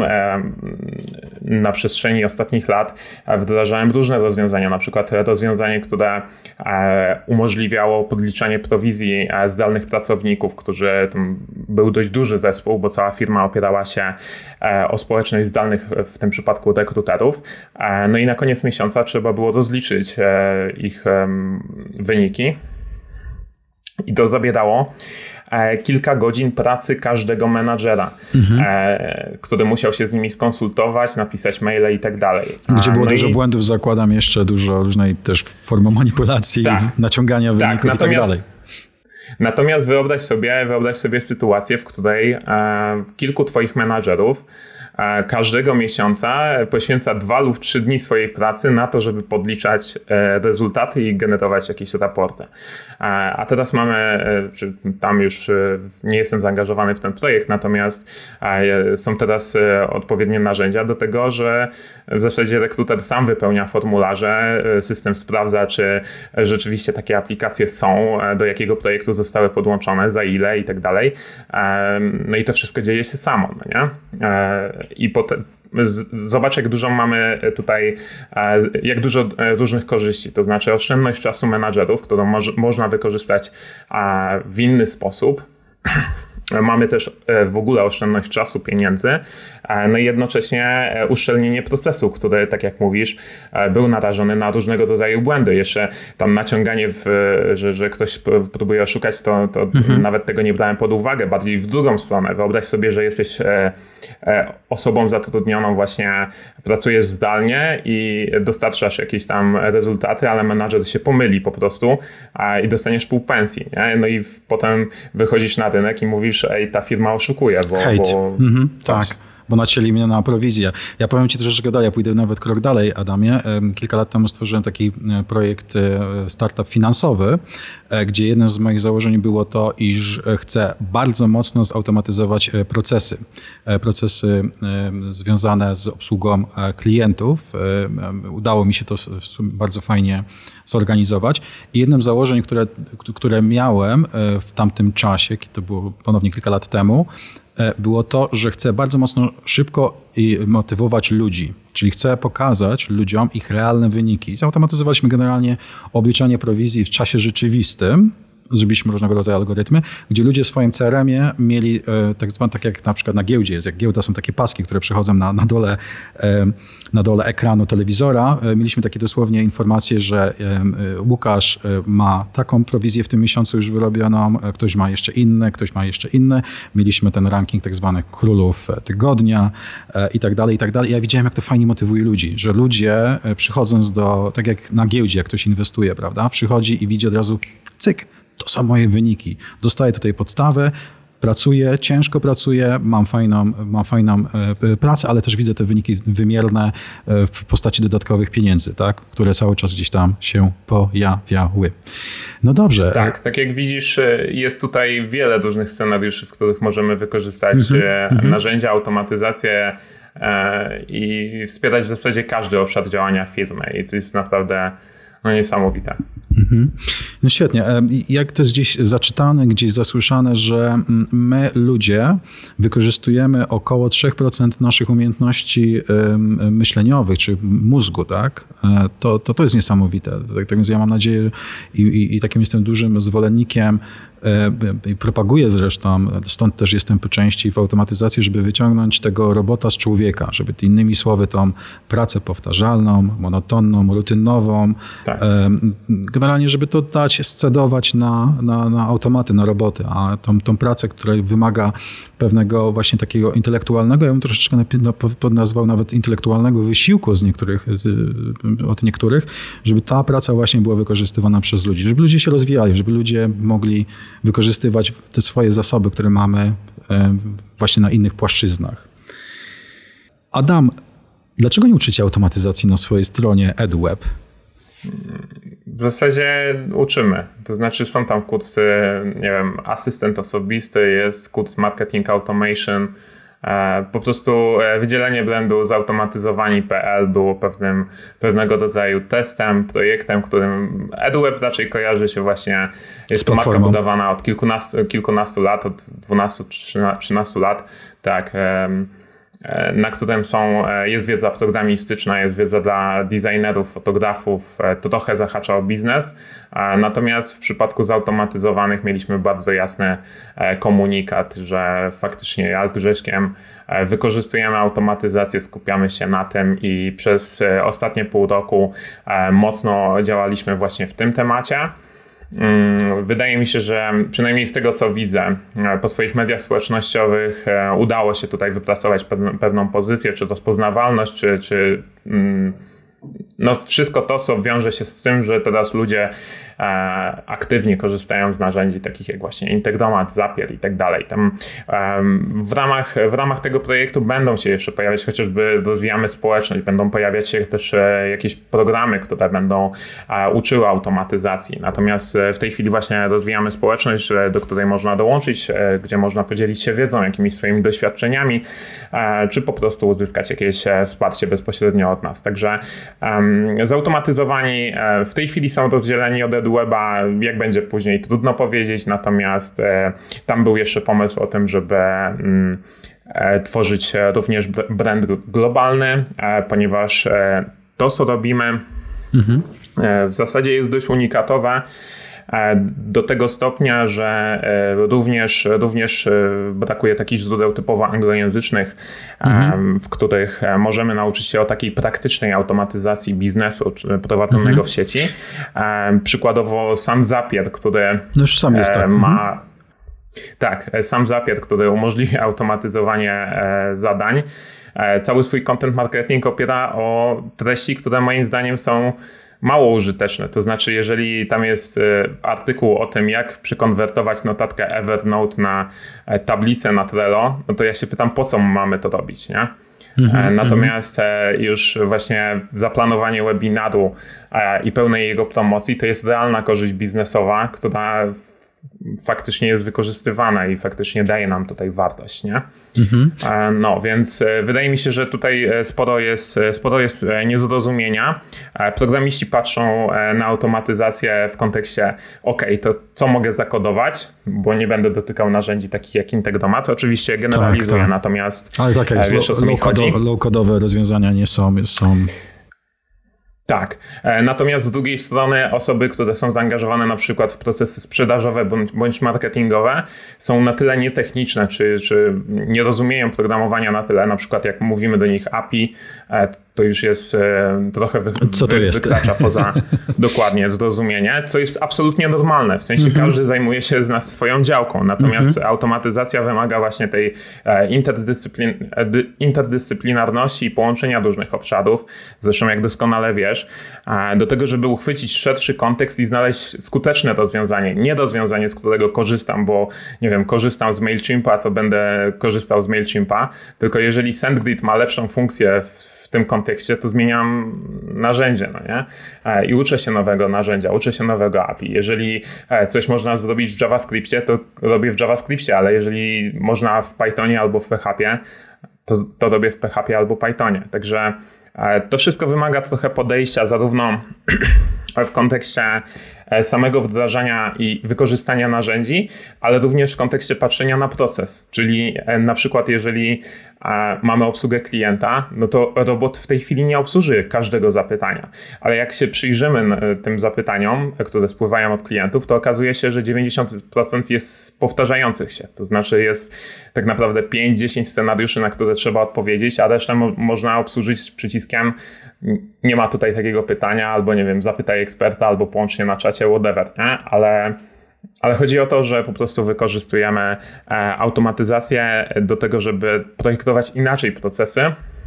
na przestrzeni ostatnich lat wdrażałem różne rozwiązania, na przykład rozwiązanie, które umożliwiało podliczanie prowizji zdalnych pracowników, którzy, tam był dość duży zespół, bo cała firma opierała się o społeczność zdalnych, w tym przypadku rekruterów. No i na koniec miesiąca trzeba było rozliczyć ich wyniki i to zabierało kilka godzin pracy każdego menadżera, mhm. e, który musiał się z nimi skonsultować, napisać maile i tak dalej. Gdzie było no dużo i... błędów, zakładam jeszcze dużo różnej też formy manipulacji, tak, naciągania wyników tak, i tak dalej. Natomiast wyobraź sobie, wyobraź sobie sytuację, w której e, kilku twoich menadżerów każdego miesiąca poświęca dwa lub trzy dni swojej pracy na to, żeby podliczać rezultaty i generować jakieś raporty. A teraz mamy, czy tam już nie jestem zaangażowany w ten projekt, natomiast są teraz odpowiednie narzędzia do tego, że w zasadzie rekruter sam wypełnia formularze, system sprawdza, czy rzeczywiście takie aplikacje są, do jakiego projektu zostały podłączone, za ile i tak dalej. No i to wszystko dzieje się samo, no nie? I potem zobacz, jak dużo mamy tutaj, jak dużo różnych korzyści, to znaczy oszczędność czasu menadżerów, którą moż, można wykorzystać w inny sposób. Mamy też w ogóle oszczędność czasu, pieniędzy, no i jednocześnie uszczelnienie procesu, który, tak jak mówisz, był narażony na różnego rodzaju błędy. Jeszcze tam naciąganie, w, że, że ktoś próbuje oszukać, to, to mhm. nawet tego nie brałem pod uwagę, bardziej w drugą stronę. Wyobraź sobie, że jesteś osobą zatrudnioną, właśnie pracujesz zdalnie i dostarczasz jakieś tam rezultaty, ale menadżer się pomyli po prostu i dostaniesz pół pensji. Nie? No i w, potem wychodzisz na rynek i mówisz, ej, ta firma oszukuje, bo... bo mhm, tak. Bo nacięli mnie na prowizję. Ja powiem ci troszeczkę dalej, ja pójdę nawet krok dalej, Adamie. Kilka lat temu stworzyłem taki projekt startup finansowy, gdzie jednym z moich założeń było to, iż chcę bardzo mocno zautomatyzować procesy. Procesy związane z obsługą klientów. Udało mi się to bardzo fajnie zorganizować. I jednym z założeń, które, które miałem w tamtym czasie, to było ponownie kilka lat temu, było to, że chcę bardzo mocno szybko motywować ludzi. Czyli chcę pokazać ludziom ich realne wyniki. Zautomatyzowaliśmy generalnie obliczanie prowizji w czasie rzeczywistym. Zrobiliśmy różnego rodzaju algorytmy, gdzie ludzie w swoim C R M-ie mieli e, tak zwane, tak jak na przykład na giełdzie jest, jak giełda są takie paski, które przechodzą na, na, dole, e, na dole ekranu telewizora. E, mieliśmy takie dosłownie informacje, że e, Łukasz e, ma taką prowizję w tym miesiącu już wyrobioną, e, ktoś ma jeszcze inne, ktoś ma jeszcze inne. Mieliśmy ten ranking tak zwanych królów tygodnia e, i tak dalej, i tak dalej. Ja widziałem, jak to fajnie motywuje ludzi, że ludzie e, przychodząc do, tak jak na giełdzie, jak ktoś inwestuje, prawda, przychodzi i widzi od razu cyk, to są moje wyniki. Dostaję tutaj podstawę, pracuję, ciężko pracuję, mam fajną, mam fajną e, pracę, ale też widzę te wyniki wymierne e, w postaci dodatkowych pieniędzy, tak, które cały czas gdzieś tam się pojawiały. No dobrze. Tak, tak jak widzisz, jest tutaj wiele różnych scenariuszy, w których możemy wykorzystać mm-hmm. narzędzia, automatyzację e, i wspierać w zasadzie każdy obszar działania firmy. I to jest naprawdę no, niesamowite. Mhm. No świetnie. Jak to jest gdzieś zaczytane, gdzieś zasłyszane, że my ludzie wykorzystujemy około trzy procent naszych umiejętności myśleniowych, czy mózgu, tak? To, to, to jest niesamowite. Tak, tak więc ja mam nadzieję i, i, i takim jestem dużym zwolennikiem i propaguję zresztą, stąd też jestem po części w automatyzacji, żeby wyciągnąć tego robota z człowieka, żeby innymi słowy tą pracę powtarzalną, monotonną, rutynową, tak. Generalnie, żeby to dać, scedować na, na, na automaty, na roboty, a tą, tą pracę, która wymaga pewnego właśnie takiego intelektualnego, ja bym troszeczkę podnazwał nawet intelektualnego wysiłku z niektórych, z, od niektórych, żeby ta praca właśnie była wykorzystywana przez ludzi, żeby ludzie się rozwijali, żeby ludzie mogli wykorzystywać te swoje zasoby, które mamy właśnie na innych płaszczyznach. Adam, dlaczego nie uczycie automatyzacji na swojej stronie EduWeb? W zasadzie uczymy. To znaczy są tam kursy, nie wiem, asystent osobisty, jest kurs marketing automation. Po prostu wydzielenie blendu zautomatyzowani kropka p l było pewnym, pewnego rodzaju testem, projektem, którym EduWeb raczej kojarzy się właśnie, jest to marka budowana od kilkunastu, kilkunastu lat, od dwunastu, trzynastu lat, tak, na którym są, jest wiedza programistyczna, jest wiedza dla designerów, fotografów, to trochę zahacza o biznes. Natomiast w przypadku zautomatyzowanych mieliśmy bardzo jasny komunikat, że faktycznie ja z Grześkiem wykorzystujemy automatyzację, skupiamy się na tym i przez ostatnie pół roku mocno działaliśmy właśnie w tym temacie. Wydaje mi się, że przynajmniej z tego, co widzę po swoich mediach społecznościowych, udało się tutaj wypracować pewną pozycję, czy rozpoznawalność, czy, czy no wszystko to, co wiąże się z tym, że teraz ludzie e, aktywnie korzystają z narzędzi takich jak właśnie Integromat, Zapier i tak dalej. Tam e, w ramach, w ramach tego projektu będą się jeszcze pojawiać, chociażby rozwijamy społeczność, będą pojawiać się też e, jakieś programy, które będą e, uczyły automatyzacji. Natomiast w tej chwili właśnie rozwijamy społeczność, e, do której można dołączyć, e, gdzie można podzielić się wiedzą, jakimiś swoimi doświadczeniami, e, czy po prostu uzyskać jakieś e, wsparcie bezpośrednio od nas. Także zautomatyzowani w tej chwili są rozdzieleni od EduWeba, jak będzie później trudno powiedzieć, natomiast tam był jeszcze pomysł o tym, żeby tworzyć również brand globalny, ponieważ to, co robimy, mhm. w zasadzie jest dość unikatowe. Do tego stopnia, że również, również brakuje takich źródeł typowo anglojęzycznych, mhm. w których możemy nauczyć się o takiej praktycznej automatyzacji biznesu prowadzonego mhm. w sieci. Przykładowo sam Zapier, który no już sam jest, tak. ma... Mhm. Tak, sam Zapier, który umożliwia automatyzowanie zadań. Cały swój content marketing opiera o treści, które moim zdaniem są mało użyteczne. To znaczy, jeżeli tam jest artykuł o tym, jak przekonwertować notatkę Evernote na tablicę na Trello, no to ja się pytam, po co mamy to robić, nie? Mm-hmm, Natomiast mm-hmm. już właśnie zaplanowanie webinaru i pełnej jego promocji to jest realna korzyść biznesowa, która faktycznie jest wykorzystywana i faktycznie daje nam tutaj wartość, nie? Mhm. No, więc wydaje mi się, że tutaj sporo jest, sporo jest niezrozumienia. Programiści patrzą na automatyzację w kontekście ok, to co mogę zakodować, bo nie będę dotykał narzędzi takich jak Integromat. Oczywiście generalizuję, tak, tak. Natomiast ale tak, jak wiesz, low, o co mi chodzi. Low-codowe rozwiązania nie są... są... Tak, natomiast z drugiej strony osoby, które są zaangażowane na przykład w procesy sprzedażowe bądź, bądź marketingowe są na tyle nietechniczne, czy, czy nie rozumieją programowania na tyle, na przykład jak mówimy do nich A P I, to już jest trochę wy, co to wy, jest? wykracza poza dokładnie zrozumienie, co jest absolutnie normalne, w sensie mhm. każdy zajmuje się z nas swoją działką, natomiast mhm. automatyzacja wymaga właśnie tej interdyscyplin, interdyscyplinarności i połączenia różnych obszarów, zresztą jak doskonale wiesz, do tego, żeby uchwycić szerszy kontekst i znaleźć skuteczne rozwiązanie. Nie rozwiązanie, z którego korzystam, bo nie wiem, korzystam z MailChimpa, to będę korzystał z MailChimpa, tylko jeżeli SendGrid ma lepszą funkcję w w tym kontekście, to zmieniam narzędzie, no nie? I uczę się nowego narzędzia, uczę się nowego A P I. Jeżeli coś można zrobić w JavaScriptie, to robię w JavaScriptie, ale jeżeli można w Pythonie albo w P H P, to, to robię w P H P albo Pythonie. Także to wszystko wymaga trochę podejścia zarówno w kontekście samego wdrażania i wykorzystania narzędzi, ale również w kontekście patrzenia na proces. Czyli na przykład jeżeli mamy obsługę klienta, no to robot w tej chwili nie obsłuży każdego zapytania. Ale jak się przyjrzymy tym zapytaniom, które spływają od klientów, to okazuje się, że dziewięćdziesiąt procent jest powtarzających się. To znaczy jest tak naprawdę pięć dziesięć scenariuszy, na które trzeba odpowiedzieć, a resztę mo- można obsłużyć z przyciskiem nie ma tutaj takiego pytania, albo nie wiem, zapytaj eksperta, albo połącznie na czacie, whatever, nie? Ale, ale chodzi o to, że po prostu wykorzystujemy e, automatyzację do tego, żeby projektować inaczej procesy,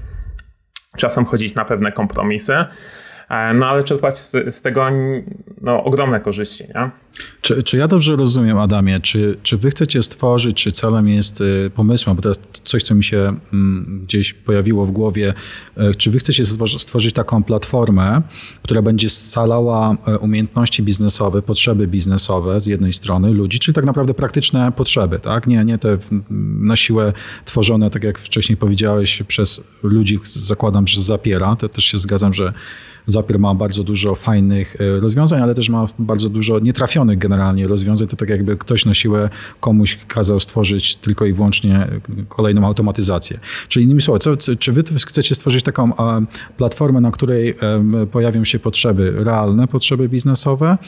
czasem chodzić na pewne kompromisy, e, no ale czerpać z, z tego no, ogromne korzyści, nie? Czy, czy ja dobrze rozumiem, Adamie, czy, czy wy chcecie stworzyć, czy celem jest y, pomysłem, bo teraz coś, co mi się mm, gdzieś pojawiło w głowie, y, czy wy chcecie stworzyć, stworzyć taką platformę, która będzie scalała y, umiejętności biznesowe, potrzeby biznesowe z jednej strony ludzi, czyli tak naprawdę praktyczne potrzeby, tak? Nie, nie te w, na siłę tworzone, tak jak wcześniej powiedziałeś, przez ludzi, zakładam, że z Zapiera, to też się zgadzam, że Zapier ma bardzo dużo fajnych y, rozwiązań, ale też ma bardzo dużo nietrafionych generalnie rozwiązań, to tak jakby ktoś na siłę komuś kazał stworzyć tylko i wyłącznie kolejną automatyzację. Czyli innymi słowy, co, czy wy chcecie stworzyć taką platformę, na której pojawią się potrzeby, realne potrzeby biznesowe,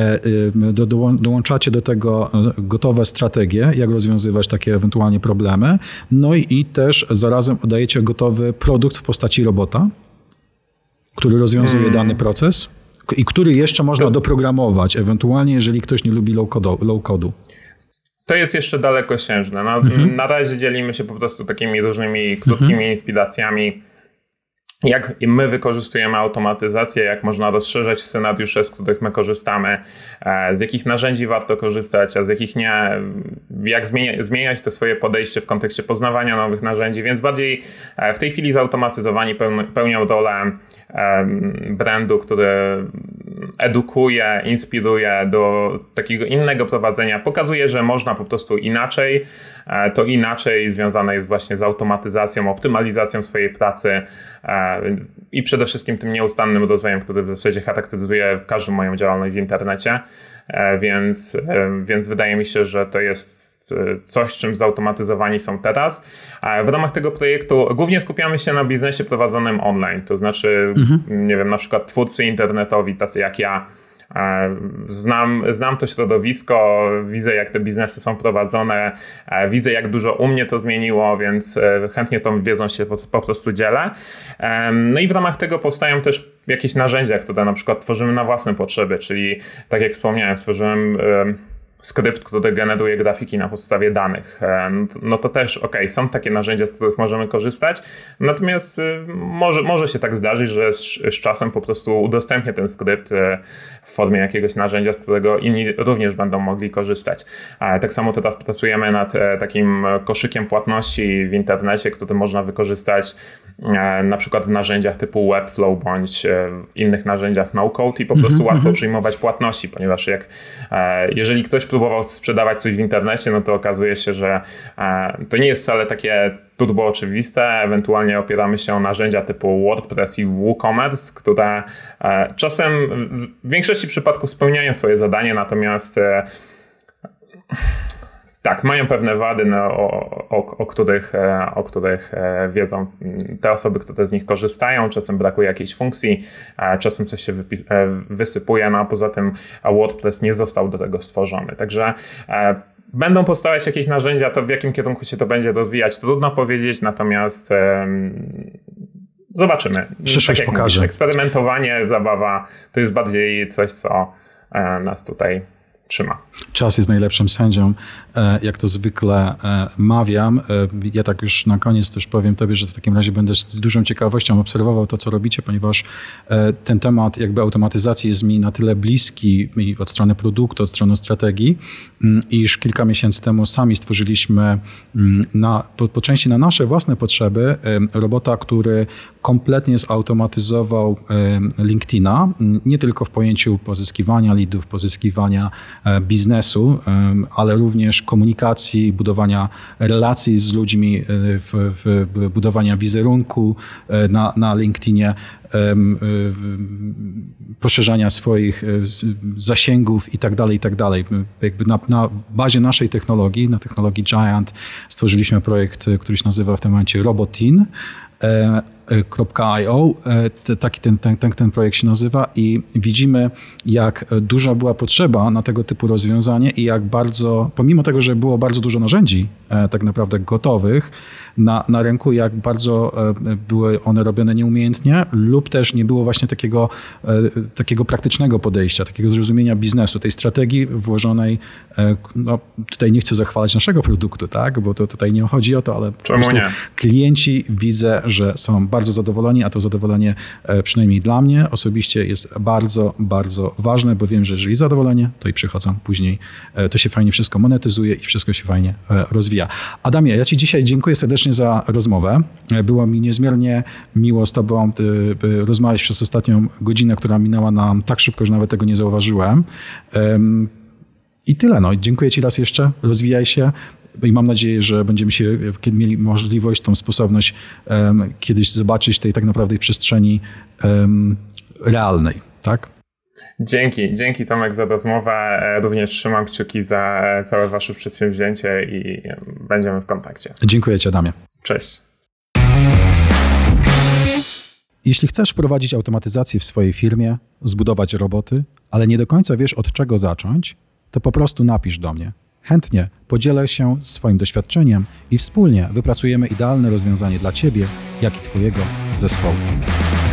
do, do, dołączacie do tego gotowe strategie, jak rozwiązywać takie ewentualnie problemy, no i, i też zarazem dajecie gotowy produkt w postaci robota, który rozwiązuje hmm. dany proces? I który jeszcze można to, doprogramować, ewentualnie jeżeli ktoś nie lubi low-codu. To jest jeszcze dalekosiężne. Na, mhm. na razie dzielimy się po prostu takimi różnymi krótkimi mhm. inspiracjami, jak my wykorzystujemy automatyzację, jak można rozszerzać scenariusze, z których my korzystamy, z jakich narzędzi warto korzystać, a z jakich nie, jak zmienia, zmieniać to swoje podejście w kontekście poznawania nowych narzędzi, więc bardziej w tej chwili zautomatyzowani pełnią rolę brandu, który edukuje, inspiruje do takiego innego prowadzenia, pokazuje, że można po prostu inaczej, to inaczej związane jest właśnie z automatyzacją, optymalizacją swojej pracy i przede wszystkim tym nieustannym rozwojem, który w zasadzie charakteryzuje każdą moją działalność w internecie, więc, więc wydaje mi się, że to jest coś, czym zautomatyzowani są teraz. W ramach tego projektu głównie skupiamy się na biznesie prowadzonym online, to znaczy, mhm. nie wiem, na przykład twórcy internetowi, tacy jak ja, Znam, znam to środowisko, widzę jak te biznesy są prowadzone, widzę jak dużo u mnie to zmieniło, więc chętnie tą wiedzą się po, po prostu dzielę. No i w ramach tego powstają też jakieś narzędzia, które na przykład tworzymy na własne potrzeby, czyli tak jak wspomniałem, stworzyłem skrypt, który generuje grafiki na podstawie danych. No to też okej, okay, są takie narzędzia, z których możemy korzystać, natomiast może, może się tak zdarzyć, że z, z czasem po prostu udostępnię ten skrypt w formie jakiegoś narzędzia, z którego inni również będą mogli korzystać. Tak samo teraz pracujemy nad takim koszykiem płatności w internecie, który można wykorzystać na przykład w narzędziach typu Webflow bądź w innych narzędziach no-code i po prostu mm-hmm. łatwo przyjmować płatności, ponieważ jak, jeżeli ktoś próbował sprzedawać coś w internecie, no to okazuje się, że to nie jest wcale takie turbo oczywiste. Ewentualnie opieramy się o narzędzia typu WordPress i WooCommerce, które czasem w większości przypadków spełniają swoje zadanie, natomiast tak, mają pewne wady, no, o, o, o, których, o których wiedzą te osoby, które z nich korzystają. Czasem brakuje jakiejś funkcji, czasem coś się wypis- wysypuje, no a poza tym WordPress nie został do tego stworzony. Także będą powstawać jakieś narzędzia, to w jakim kierunku się to będzie rozwijać, trudno powiedzieć, natomiast um, zobaczymy. Przyszłość tak jak pokaże. Mówisz, eksperymentowanie, zabawa to jest bardziej coś, co e, nas tutaj trzyma. Czas jest najlepszym sędzią, jak to zwykle mawiam. Ja tak już na koniec też powiem tobie, że w takim razie będę z dużą ciekawością obserwował to, co robicie, ponieważ ten temat jakby automatyzacji jest mi na tyle bliski od strony produktu, od strony strategii, iż kilka miesięcy temu sami stworzyliśmy na, po, po części na nasze własne potrzeby robota, który kompletnie zautomatyzował LinkedIna, nie tylko w pojęciu pozyskiwania leadów, pozyskiwania biznesu, ale również komunikacji, budowania relacji z ludźmi, w, w budowania wizerunku na, na LinkedInie, poszerzania swoich zasięgów i tak dalej, i tak dalej. Jakby na, na bazie naszej technologii, na technologii Giant stworzyliśmy projekt, który się nazywa w tym momencie Robotin. .io, taki ten, ten, ten, ten projekt się nazywa i widzimy, jak duża była potrzeba na tego typu rozwiązanie i jak bardzo, pomimo tego, że było bardzo dużo narzędzi tak naprawdę gotowych na, na rynku, jak bardzo były one robione nieumiejętnie lub też nie było właśnie takiego, takiego praktycznego podejścia, takiego zrozumienia biznesu, tej strategii włożonej, no tutaj nie chcę zachwalać naszego produktu, tak, bo to tutaj nie chodzi o to, ale Czemu po prostu nie? klienci widzę, że są bardzo zadowoleni, a to zadowolenie przynajmniej dla mnie osobiście jest bardzo, bardzo ważne, bo wiem, że jeżeli zadowolenie, to i przychodzą później, to się fajnie wszystko monetyzuje i wszystko się fajnie rozwija. Adamie, ja ci dzisiaj dziękuję serdecznie za rozmowę. Było mi niezmiernie miło z tobą rozmawiać przez ostatnią godzinę, która minęła nam tak szybko, że nawet tego nie zauważyłem. I tyle. No. Dziękuję ci raz jeszcze. Rozwijaj się. I mam nadzieję, że będziemy się kiedy mieli możliwość, tą sposobność um, kiedyś zobaczyć tej tak naprawdę przestrzeni um, realnej, tak? Dzięki, dzięki Tomek za rozmowę. Również trzymam kciuki za całe wasze przedsięwzięcie i będziemy w kontakcie. Dziękuję ci, Adamie. Cześć. Jeśli chcesz wprowadzić automatyzację w swojej firmie, zbudować roboty, ale nie do końca wiesz, od czego zacząć, to po prostu napisz do mnie. Chętnie podzielę się swoim doświadczeniem i wspólnie wypracujemy idealne rozwiązanie dla ciebie, jak i twojego zespołu.